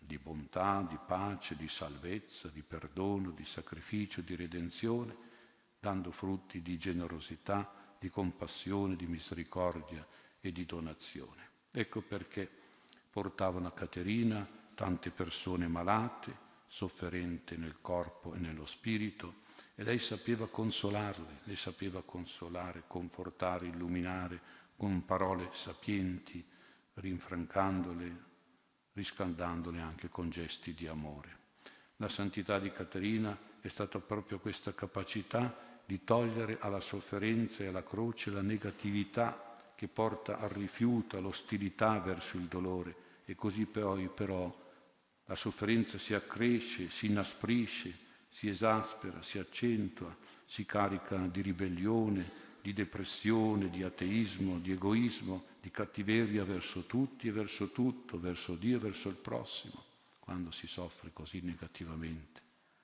bontà, di pace, di salvezza, di perdono, di sacrificio, di redenzione, dando frutti di generosità, di compassione, di misericordia e di donazione. Ecco perché portavano a Caterina tante persone malate, sofferenti nel corpo e nello spirito, e lei sapeva consolarle, le sapeva consolare, confortare, illuminare con parole sapienti, rinfrancandole, riscaldandole anche con gesti di amore. La santità di Caterina è stata proprio questa capacità di togliere alla sofferenza e alla croce la negatività che porta al rifiuto, all'ostilità verso il dolore, e così poi però la sofferenza si accresce, si inasprisce, si esaspera, si accentua, si carica di ribellione, di depressione, di ateismo, di egoismo, di cattiveria verso tutti e verso tutto, verso Dio e verso il prossimo, quando si soffre così negativamente.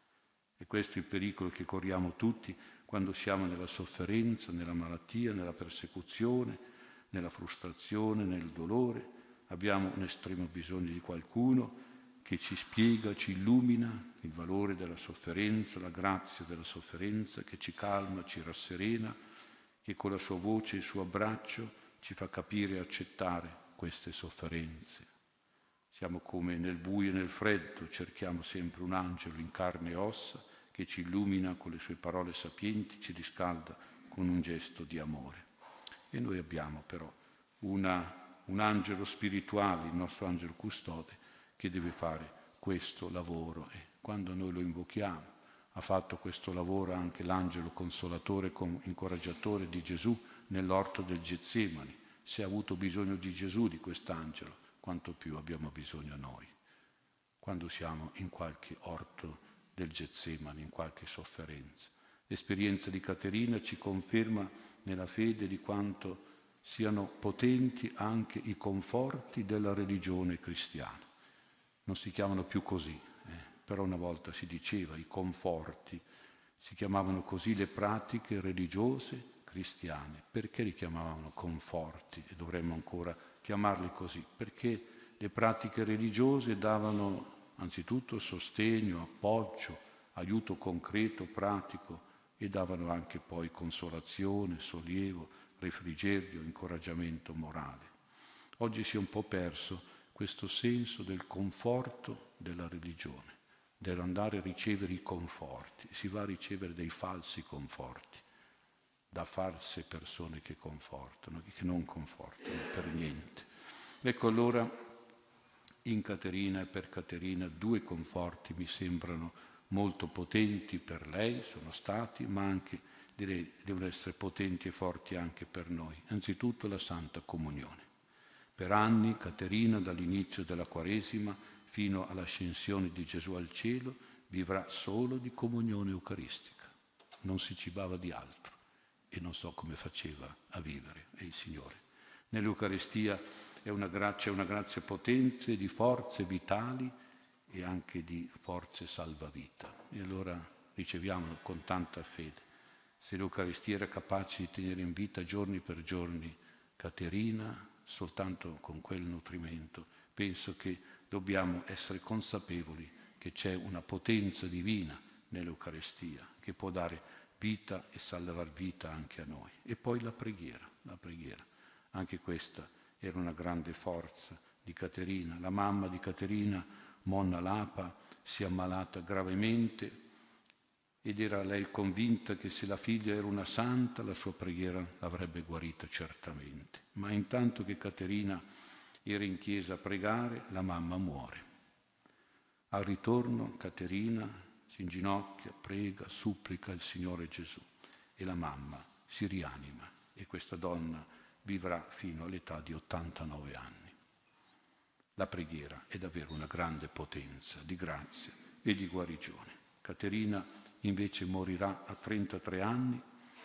E questo è il pericolo che corriamo tutti quando siamo nella sofferenza, nella malattia, nella persecuzione, nella frustrazione, nel dolore. Abbiamo un estremo bisogno di qualcuno che ci spiega, ci illumina il valore della sofferenza, la grazia della sofferenza, che ci calma, ci rasserena, che con la sua voce e il suo abbraccio ci fa capire e accettare queste sofferenze. Siamo come nel buio e nel freddo, cerchiamo sempre un angelo in carne e ossa che ci illumina con le sue parole sapienti, ci riscalda con un gesto di amore. E noi abbiamo però un angelo spirituale, il nostro angelo custode, che deve fare questo lavoro, e quando noi lo invochiamo, ha fatto questo lavoro anche l'angelo consolatore, incoraggiatore di Gesù nell'orto del Getsemani. Se ha avuto bisogno di Gesù, di quest'angelo, quanto più abbiamo bisogno noi, quando siamo in qualche orto del Getsemani, in qualche sofferenza. L'esperienza di Caterina ci conferma nella fede di quanto siano potenti anche i conforti della religione cristiana. Non si chiamano più così, però una volta si diceva i conforti, si chiamavano così le pratiche religiose cristiane. Perché li chiamavano conforti e dovremmo ancora chiamarli così? Perché le pratiche religiose davano anzitutto sostegno, appoggio, aiuto concreto, pratico, e davano anche poi consolazione, sollievo, refrigerio, incoraggiamento morale. Oggi si è un po' perso questo senso del conforto della religione, dell'andare a ricevere i conforti. Si va a ricevere dei falsi conforti, da false persone che confortano, che non confortano per niente. Ecco allora in Caterina e per Caterina 2 conforti mi sembrano molto potenti per lei, sono stati, ma anche direi devono essere potenti e forti anche per noi. Anzitutto la Santa Comunione. Per anni Caterina, dall'inizio della Quaresima fino all'ascensione di Gesù al cielo, vivrà solo di comunione eucaristica. Non si cibava di altro e non so come faceva a vivere, è il Signore. Nell'Eucaristia c'è una grazia potente di forze vitali e anche di forze salvavita. E allora riceviamolo con tanta fede. Se l'Eucaristia era capace di tenere in vita giorni per giorni Caterina, soltanto con quel nutrimento, penso che dobbiamo essere consapevoli che c'è una potenza divina nell'Eucaristia che può dare vita e salvar vita anche a noi. E poi la preghiera. Anche questa era una grande forza di Caterina. La mamma di Caterina, Monna Lapa, si è ammalata gravemente ed era lei convinta che se la figlia era una santa la sua preghiera l'avrebbe guarita certamente. Ma intanto che Caterina era in chiesa a pregare, la mamma muore. Al ritorno Caterina si inginocchia, prega, supplica il Signore Gesù e la mamma si rianima e questa donna vivrà fino all'età di 89 anni. La preghiera è davvero una grande potenza di grazia e di guarigione. Caterina invece morirà a 33 anni,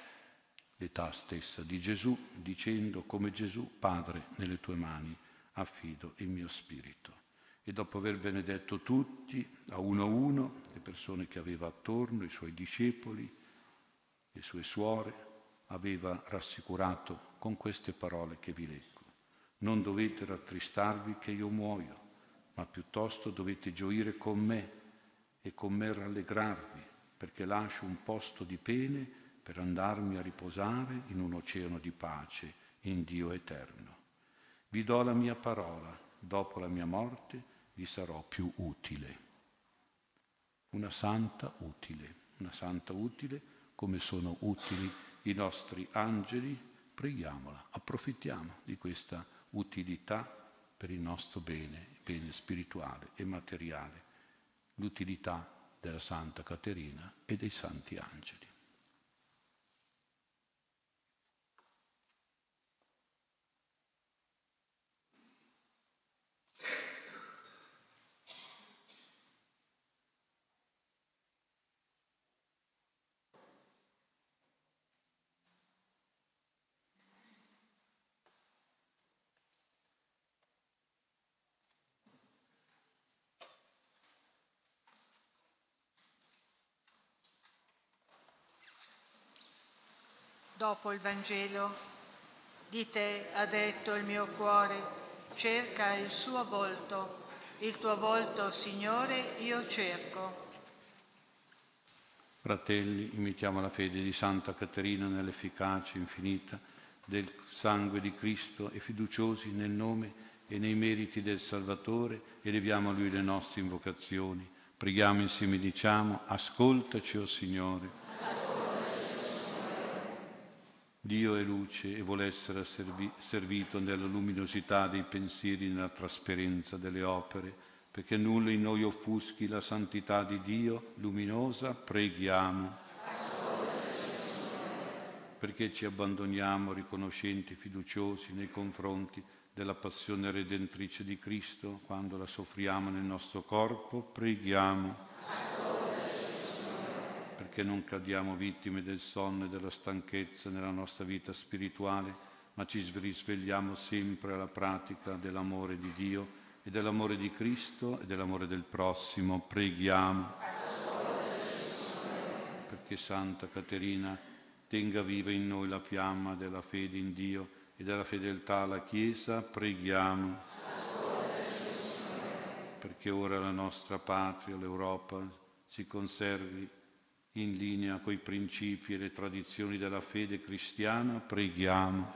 l'età stessa di Gesù, dicendo come Gesù: Padre, nelle tue mani affido il mio spirito. E dopo aver benedetto tutti, a uno, le persone che aveva attorno, i suoi discepoli, le sue suore, aveva rassicurato con queste parole che vi leggo. Non dovete rattristarvi che io muoio, ma piuttosto dovete gioire con me e con me rallegrarvi, perché lascio un posto di pene per andarmi a riposare in un oceano di pace in Dio eterno. Vi do la mia parola, dopo la mia morte vi sarò più utile. Una santa utile come sono utili i nostri angeli. Preghiamola, approfittiamo di questa utilità per il nostro bene spirituale e materiale, l'utilità della Santa Caterina e dei Santi Angeli. Dopo il Vangelo, di te ha detto il mio cuore, cerca il suo volto, il tuo volto, Signore, io cerco. Fratelli, imitiamo la fede di Santa Caterina nell'efficacia infinita del sangue di Cristo e fiduciosi nel nome e nei meriti del Salvatore eleviamo a Lui le nostre invocazioni. Preghiamo insieme, diciamo: ascoltaci, o Signore. Dio è luce e vuole essere servito nella luminosità dei pensieri e nella trasparenza delle opere, perché nulla in noi offuschi la santità di Dio luminosa. Preghiamo. Perché ci abbandoniamo riconoscenti e fiduciosi nei confronti della passione redentrice di Cristo quando la soffriamo nel nostro corpo. Preghiamo. Perché non cadiamo vittime del sonno e della stanchezza nella nostra vita spirituale, ma ci risvegliamo sempre alla pratica dell'amore di Dio e dell'amore di Cristo e dell'amore del prossimo. Preghiamo. Perché Santa Caterina tenga viva in noi la fiamma della fede in Dio e della fedeltà alla Chiesa. Preghiamo. Perché ora la nostra patria, l'Europa, si conservi in linea coi principi e le tradizioni della fede cristiana. Preghiamo.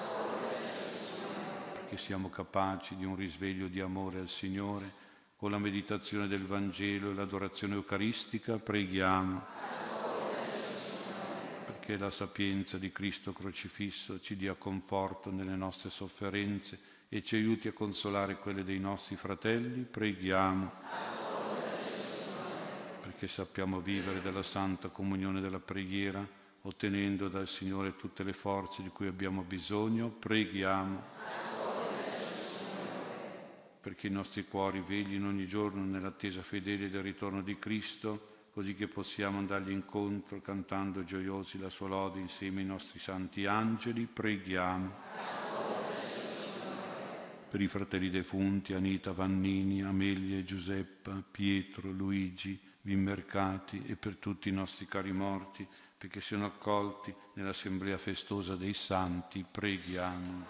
Perché siamo capaci di un risveglio di amore al Signore con la meditazione del Vangelo e l'adorazione eucaristica. Preghiamo. che la sapienza di Cristo crocifisso ci dia conforto nelle nostre sofferenze e ci aiuti a consolare quelle dei nostri fratelli, preghiamo. Perché sappiamo vivere della santa comunione della preghiera, ottenendo dal Signore tutte le forze di cui abbiamo bisogno, preghiamo. Perché i nostri cuori veglino ogni giorno nell'attesa fedele del ritorno di Cristo, così che possiamo andargli incontro cantando gioiosi la sua lode insieme ai nostri santi angeli, preghiamo. Per i fratelli defunti, Anita Vannini, Amelia e Giuseppa, Pietro, Luigi, Vimmercati, e per tutti i nostri cari morti, perché siano accolti nell'assemblea festosa dei santi, preghiamo.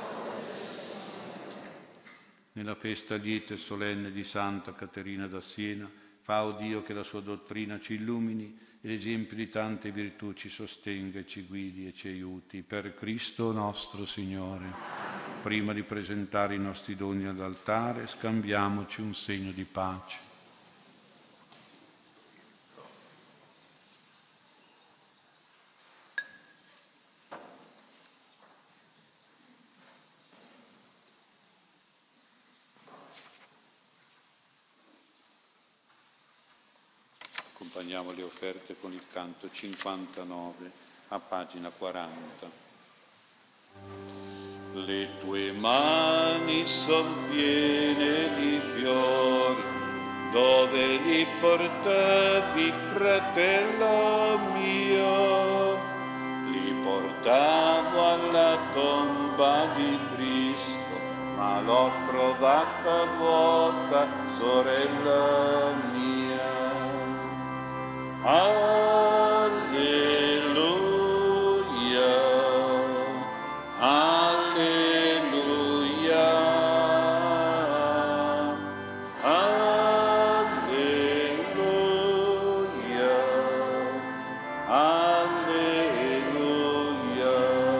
Nella festa lieta e solenne di Santa Caterina da Siena, fa, o Dio, che la sua dottrina ci illumini e l'esempio di tante virtù ci sostenga e ci guidi e ci aiuti. Per Cristo nostro Signore. Prima di presentare i nostri doni all'altare, scambiamoci un segno di pace. Accompagniamo le offerte con il canto 59 a pagina 40. Le tue mani son piene di fiori, dove li portavi, fratello mio? Li portavo alla tomba di Cristo, ma l'ho trovata vuota, sorella mia. Alleluia, alleluia, alleluia, alleluia.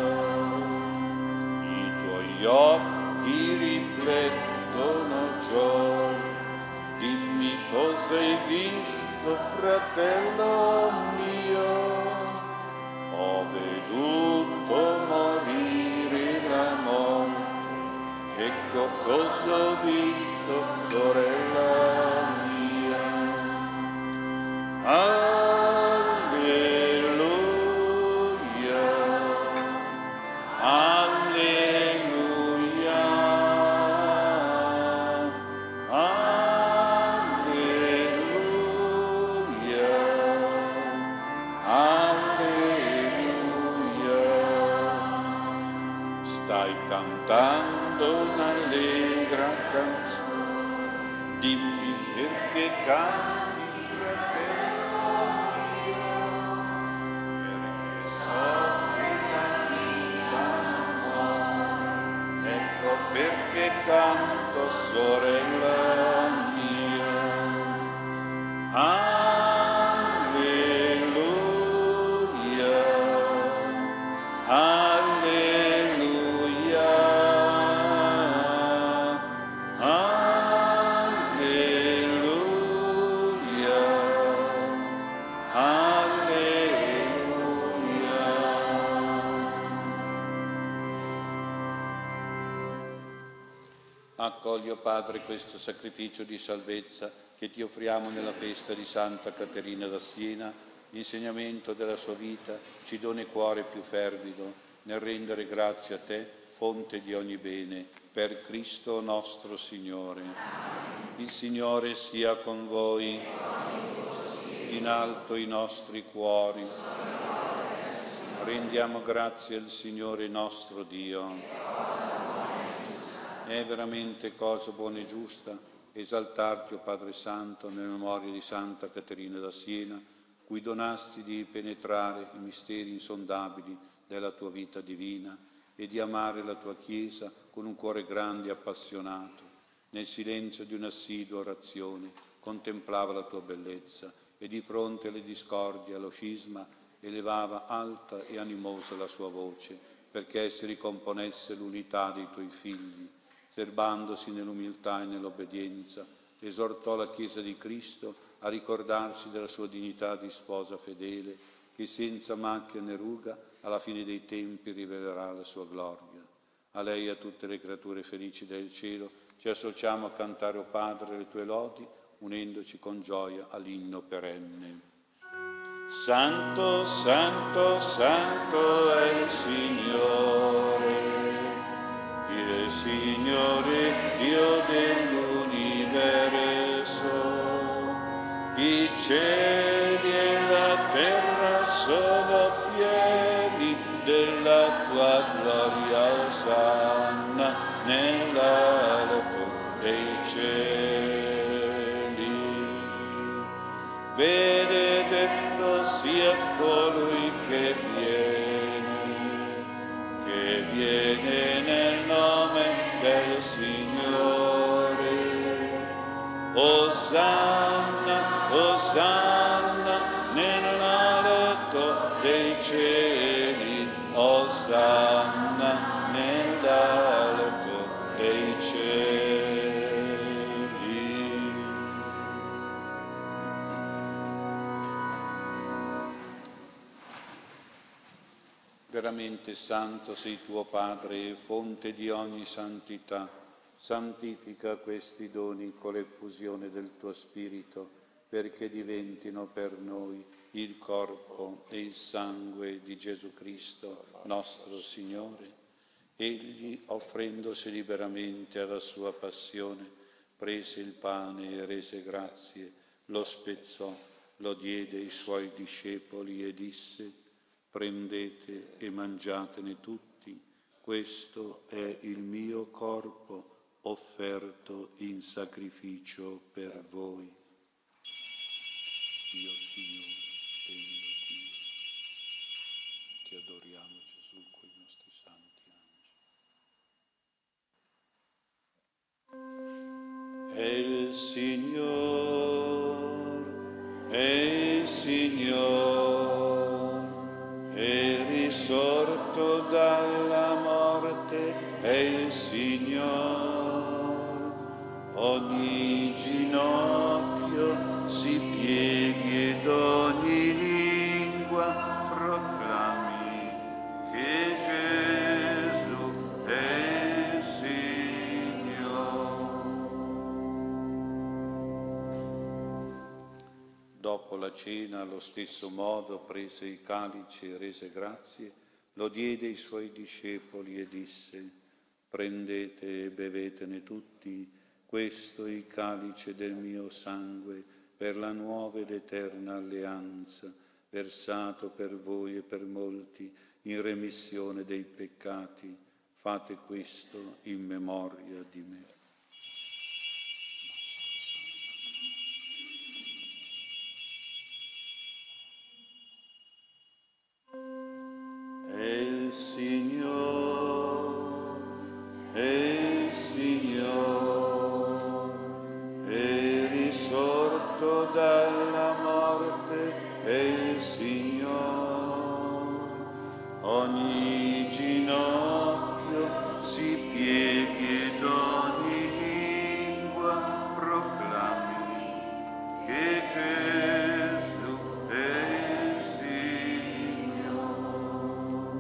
I tuoi occhi riflettono gioia, dimmi cosa hai visto, fratello mio. Ho veduto morire la morte, ecco cosa ho visto, sorella mia. Alleluia, alleluia, stai cantando un'allegra canzone, dimmi perché canti, fratello mio, perché soffri la vita amore, ecco perché canto, sorella mia. Alleluia, alleluia, alleluia, alleluia. Accogli, o Padre, questo sacrificio di salvezza che ti offriamo nella festa di Santa Caterina da Siena. L'insegnamento della sua vita ci doni cuore più fervido nel rendere grazie a te, fonte di ogni bene, per Cristo nostro Signore. Il Signore sia con voi. In alto i nostri cuori. Rendiamo grazie al Signore nostro Dio. È veramente cosa buona e giusta esaltarti, o Padre Santo, nella memoria di Santa Caterina da Siena, cui donasti di penetrare i misteri insondabili della tua vita divina e di amare la tua Chiesa con un cuore grande e appassionato. Nel silenzio di un'assidua orazione contemplava la tua bellezza e di fronte alle discordie, allo scisma, elevava alta e animosa la sua voce perché si ricomponesse l'unità dei tuoi figli. Serbandosi nell'umiltà e nell'obbedienza, esortò la Chiesa di Cristo a ricordarsi della sua dignità di sposa fedele che senza macchia né ruga alla fine dei tempi rivelerà la sua gloria. A lei e a tutte le creature felici del cielo ci associamo a cantare, o Padre, le tue lodi, unendoci con gioia all'inno perenne. Santo, santo, santo è il Signore Dio dell'universo. I cieli e la terra sono pieni della tua gloria, osanna nell'alto dei cieli. Benedetto sia colui che viene nel nome del Signore. Osanna, osanna nell'alto dei cieli, osanna nell'alto dei cieli. Veramente santo sei tuo Padre e fonte di ogni santità. Santifica questi doni con l'effusione del tuo Spirito, perché diventino per noi il corpo e il sangue di Gesù Cristo, nostro Signore. Egli, offrendosi liberamente alla sua passione, prese il pane e rese grazie, lo spezzò, lo diede ai suoi discepoli e disse: prendete e mangiatene tutti, questo è il mio corpo offerto in sacrificio per voi. Dio Signore, ti adoriamo Gesù con i nostri santi angeli. È il Signore, è risorto dalla morte, è il Signore. Ogni ginocchio si pieghi ed ogni lingua proclami che Gesù è il Signore. Dopo la cena, allo stesso modo, prese il calice e rese grazie, lo diede ai suoi discepoli e disse: prendete e bevetene tutti, questo è il calice del mio sangue per la nuova ed eterna alleanza, versato per voi e per molti in remissione dei peccati. Fate questo in memoria di me. È il Signore, è risorto dalla morte, è il Signore. Ogni ginocchio si pieghi ed ogni lingua proclami che Gesù è il Signore.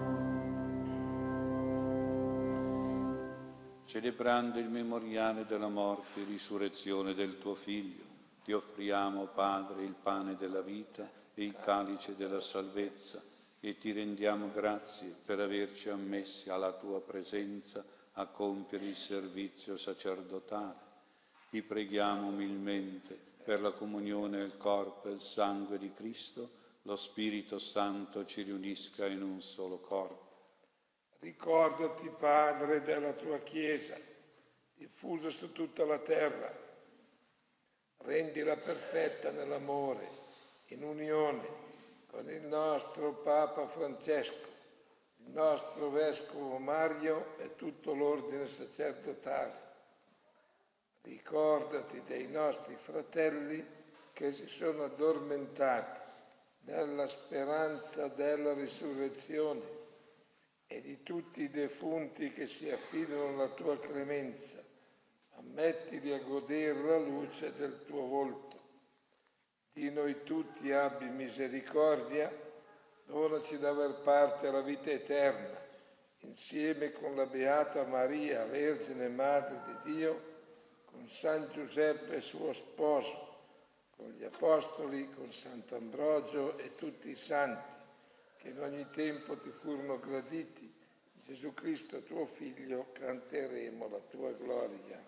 Celebrando il memoriale della morte e risurrezione del tuo Figlio, ti offriamo, Padre, il pane della vita e il calice della salvezza, e ti rendiamo grazie per averci ammessi alla tua presenza a compiere il servizio sacerdotale. Ti preghiamo umilmente per la comunione al corpo e al sangue di Cristo, lo Spirito Santo ci riunisca in un solo corpo. Ricordati, Padre, della tua Chiesa, diffusa su tutta la terra. Rendila perfetta nell'amore, in unione con il nostro Papa Francesco, il nostro Vescovo Mario e tutto l'ordine sacerdotale. Ricordati dei nostri fratelli che si sono addormentati nella speranza della risurrezione e di tutti i defunti che si affidano alla tua clemenza. Ammettili a godere la luce del tuo volto. Di noi tutti abbi misericordia, donaci d'aver parte alla vita eterna, insieme con la Beata Maria, Vergine Madre di Dio, con San Giuseppe suo sposo, con gli Apostoli, con Sant'Ambrogio e tutti i santi, che in ogni tempo ti furono graditi. Gesù Cristo, tuo Figlio, canteremo la tua gloria.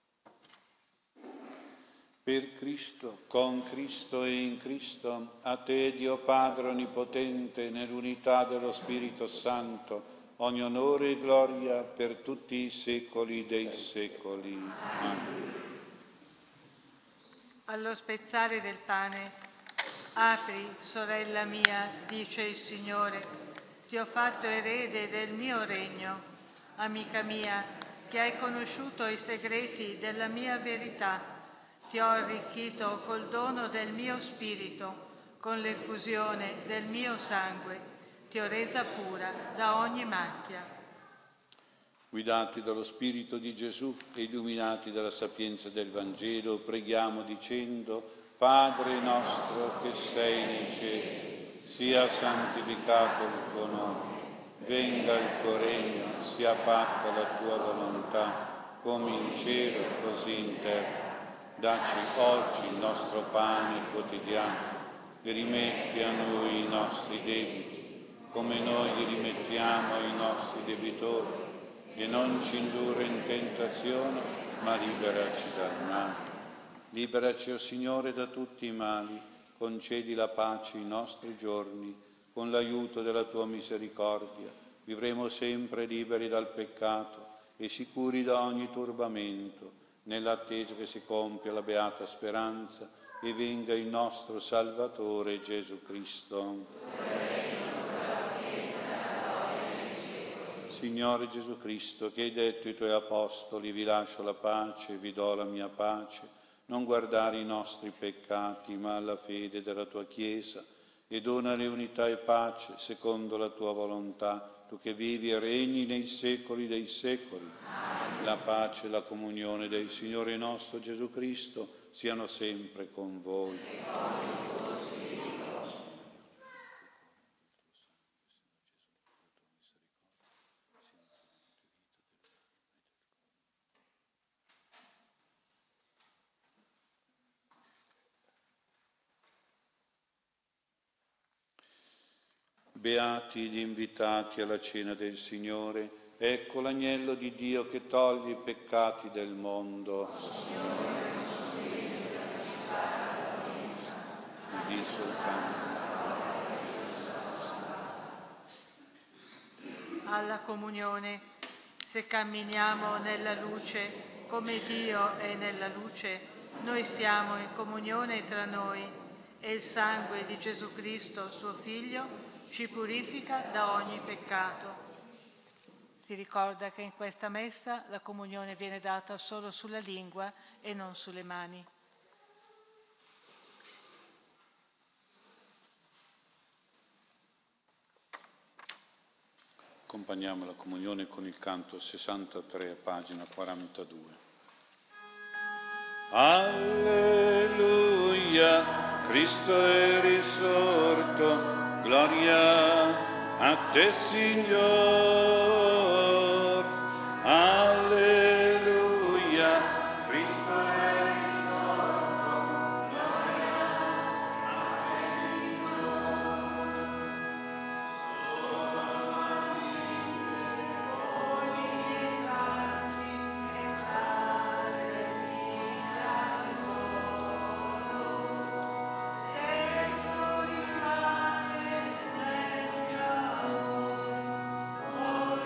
Per Cristo, con Cristo e in Cristo, a te, Dio Padre Onnipotente, nell'unità dello Spirito Santo, ogni onore e gloria per tutti i secoli dei secoli. Amen. Allo spezzare del pane, apri, sorella mia, dice il Signore, ti ho fatto erede del mio regno. Amica mia, che hai conosciuto i segreti della mia verità, ti ho arricchito col dono del mio spirito, con l'effusione del mio sangue, ti ho resa pura da ogni macchia. Guidati dallo Spirito di Gesù e illuminati dalla sapienza del Vangelo, preghiamo dicendo: Padre nostro che sei nei cieli, sia santificato il tuo nome, venga il tuo regno, sia fatta la tua volontà, come in cielo così in terra. Dacci oggi il nostro pane quotidiano e rimetti a noi i nostri debiti, come noi li rimettiamo ai nostri debitori, e non ci indurre in tentazione, ma liberaci dal male. Liberaci, o Signore, da tutti i mali, concedi la pace ai nostri giorni, con l'aiuto della tua misericordia. Vivremo sempre liberi dal peccato e sicuri da ogni turbamento, nell'attesa che si compia la beata speranza e venga il nostro Salvatore Gesù Cristo. Signore Gesù Cristo, che hai detto ai tuoi apostoli: vi lascio la pace, vi do la mia pace, non guardare i nostri peccati, ma alla fede della tua Chiesa, e donale unità e pace secondo la tua volontà, tu che vivi e regni nei secoli dei secoli. La pace e la comunione del Signore nostro Gesù Cristo siano sempre con voi. Beati gli invitati alla cena del Signore. Ecco l'agnello di Dio che toglie i peccati del mondo. Udì soltanto. Alla comunione, se camminiamo nella luce come Dio è nella luce, noi siamo in comunione tra noi e il sangue di Gesù Cristo, suo Figlio, ci purifica da ogni peccato. Si ricorda che in questa messa la comunione viene data solo sulla lingua e non sulle mani. Accompagniamo la comunione con il canto 63, pagina 42. Alleluia, Cristo è risorto, gloria a te, Signor. Alleluia, Cristo è risorto, gloria a te, Signor.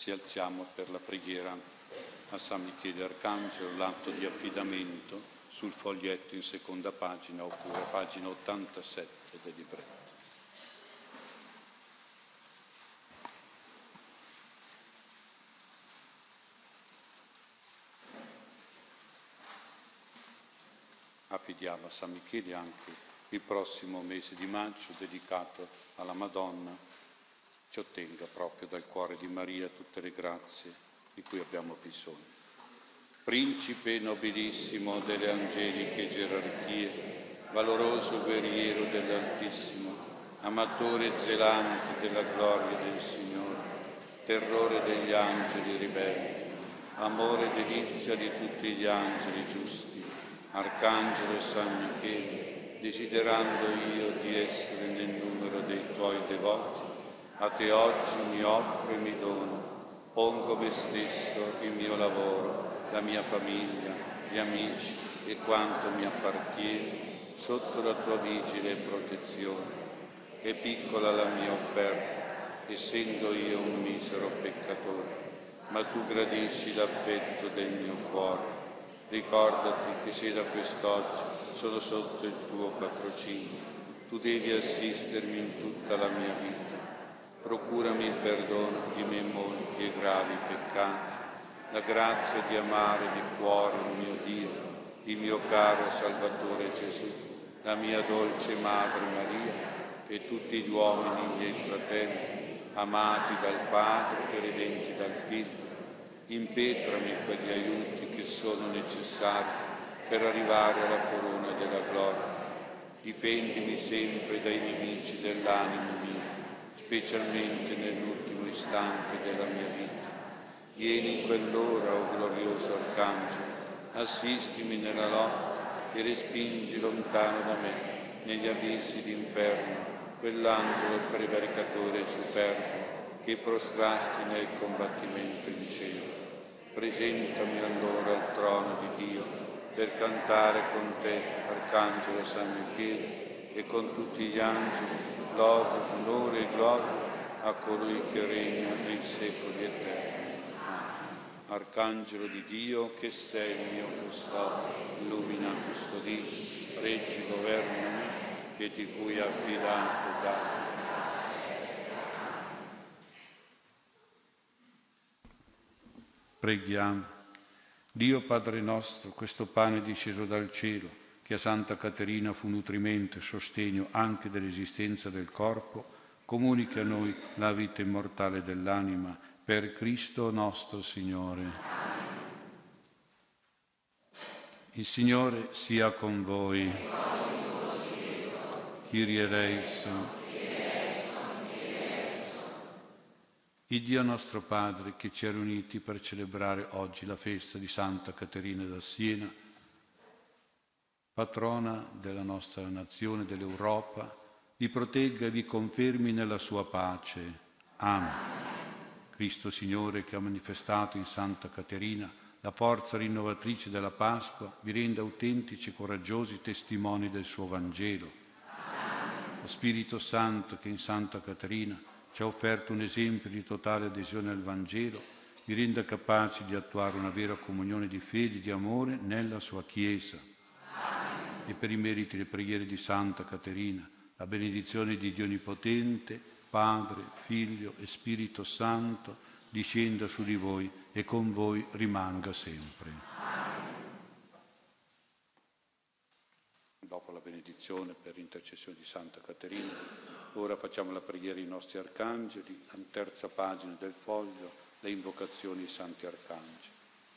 Ci alziamo per la preghiera a San Michele Arcangelo, l'atto di affidamento sul foglietto in seconda pagina oppure pagina 87 del libretto. Affidiamo a San Michele anche il prossimo mese di maggio dedicato alla Madonna, ci ottenga proprio dal cuore di Maria tutte le grazie di cui abbiamo bisogno. Principe nobilissimo delle angeliche gerarchie, valoroso guerriero dell'Altissimo, amatore zelante della gloria del Signore, terrore degli angeli ribelli, amore e delizia di tutti gli angeli giusti, Arcangelo San Michele, desiderando io di essere nel numero dei tuoi devoti, a te oggi mi offro e mi dono, pongo me stesso, il mio lavoro, la mia famiglia, gli amici e quanto mi appartiene sotto la tua vigile protezione. È piccola la mia offerta, essendo io un misero peccatore, ma tu gradisci l'affetto del mio cuore. Ricordati che se da quest'oggi sono sotto il tuo patrocinio, tu devi assistermi in tutta la mia vita. Procurami il perdono di miei molti e gravi peccati, la grazia di amare di cuore il mio Dio, il mio caro Salvatore Gesù, la mia dolce Madre Maria e tutti gli uomini miei fratelli, amati dal Padre e redenti dal Figlio. Impetrami quegli aiuti che sono necessari per arrivare alla corona della gloria. Difendimi sempre dai nemici dell'anima mia, specialmente nell'ultimo istante della mia vita. Vieni in quell'ora, o glorioso Arcangelo, assistimi nella lotta e respingi lontano da me, negli abissi d'inferno, quell'angelo prevaricatore superbo che prostrasti nel combattimento in cielo. Presentami allora al trono di Dio per cantare con te, Arcangelo San Michele, e con tutti gli angeli, lode, onore e gloria a colui che regna nei secoli eterni. Arcangelo di Dio, che sei il mio custode, illumina, custodisci, reggi, governami, che ti fui affidato da Preghiamo. Dio Padre nostro, questo pane disceso dal cielo, che a Santa Caterina fu nutrimento e sostegno anche dell'esistenza del corpo, comunichi a noi la vita immortale dell'anima, per Cristo nostro Signore. Il Signore sia con voi. Kyrie eleison. Il Dio nostro Padre, che ci ha riuniti per celebrare oggi la festa di Santa Caterina da Siena, patrona della nostra nazione, dell'Europa, vi protegga e vi confermi nella sua pace. Amen. Cristo Signore, che ha manifestato in Santa Caterina la forza rinnovatrice della Pasqua, vi renda autentici e coraggiosi testimoni del suo Vangelo. Lo Spirito Santo, che in Santa Caterina ci ha offerto un esempio di totale adesione al Vangelo, vi renda capaci di attuare una vera comunione di fede e di amore nella sua Chiesa. E per i meriti e le preghiere di Santa Caterina, la benedizione di Dio Onnipotente, Padre, Figlio e Spirito Santo, discenda su di voi e con voi rimanga sempre. Dopo la benedizione per intercessione di Santa Caterina, ora facciamo la preghiera ai nostri arcangeli, alla terza pagina del foglio, le invocazioni ai santi arcangeli.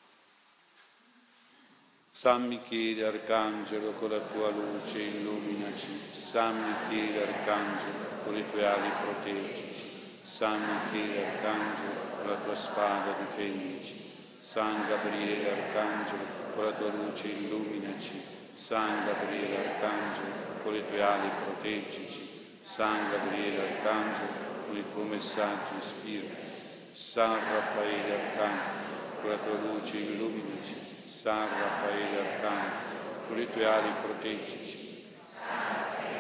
San Michele Arcangelo, con la tua luce illuminaci. San Michele Arcangelo, con le tue ali proteggici. San Michele Arcangelo, con la tua spada difendici. San Gabriele Arcangelo, con la tua luce illuminaci. San Gabriele Arcangelo, con le tue ali proteggici. San Gabriele Arcangelo, con il tuo messaggio ispiraci. San Raffaele Arcangelo, con la tua luce illuminaci. San Raffaele Arcangelo, con le tue ali proteggici.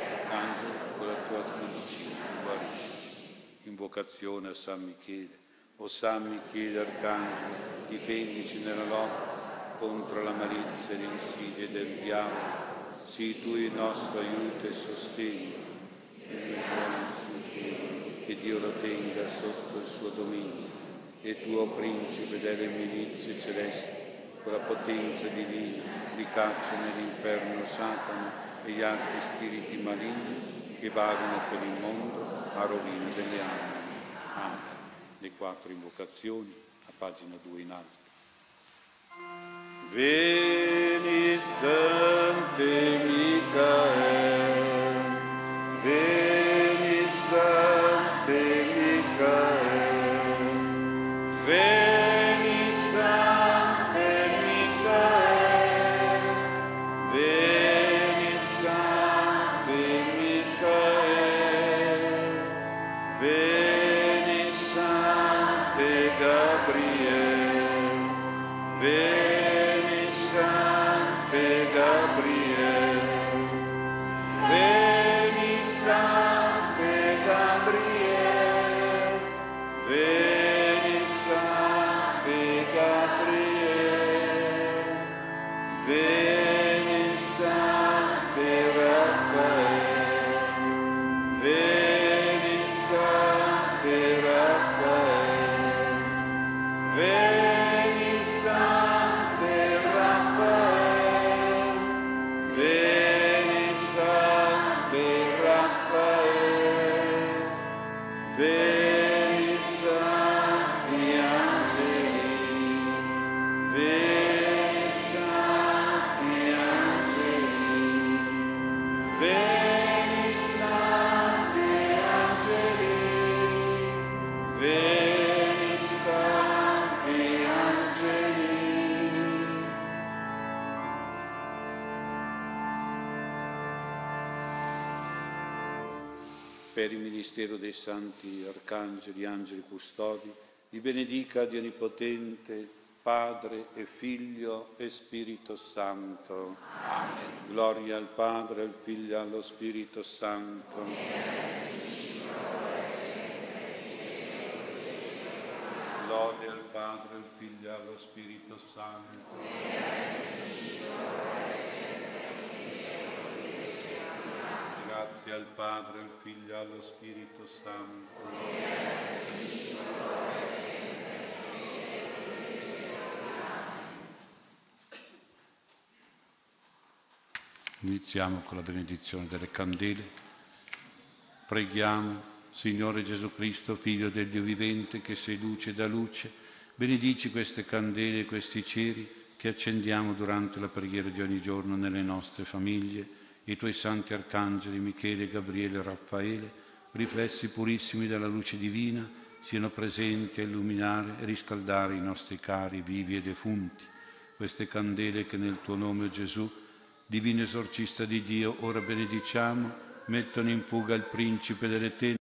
Arcangelo, con la tua medicina guarisci. Invocazione a San Michele. O San Michele Arcangelo, difendici nella lotta contro la malizia e le insidie del diavolo. Sii tu il nostro aiuto e sostegno. Che Dio lo tenga sotto il suo dominio. E tu, o principe delle milizie celesti, con la potenza divina, ricaccia nell'inferno Satana e gli altri spiriti maligni che vagano per il mondo a rovina delle anime. Amen. Le 4 invocazioni, a pagina 2 in alto. Veni Sancte Michael, veni Sancte Michael, veni Sancte Michael, veni Sancte Michael, veni Sancte Gabriel, veni Sancte Gabriel, veni Sancte Gabriel, veni Sancte Gabriel, veni Sancte Raffaele, veni Sancte Raffaele, veni Sancte Raffaele, veni Sancte Raffaele, veni Santi Angeli, veni Santi Angeli, veni Santi Angeli, veni Santi Angeli. Per il ministero dei santi arcangeli, angeli custodi, vi benedica Dio Onnipotente, Padre e Figlio e Spirito Santo. Amen. Gloria al Padre, al Figlio e allo Spirito Santo. Lode al Padre, al Figlio e allo Spirito Santo. Grazie al Padre, al Figlio e allo Spirito Santo. Iniziamo con la benedizione delle candele. Preghiamo. Signore Gesù Cristo, Figlio del Dio vivente, che sei luce da luce, benedici queste candele e questi ceri che accendiamo durante la preghiera di ogni giorno nelle nostre famiglie. I tuoi santi arcangeli Michele, Gabriele e Raffaele, riflessi purissimi della luce divina, siano presenti a illuminare e riscaldare i nostri cari vivi e defunti. Queste candele che nel tuo nome, Gesù, divino esorcista di Dio, ora benediciamo, mettono in fuga il principe delle tenebre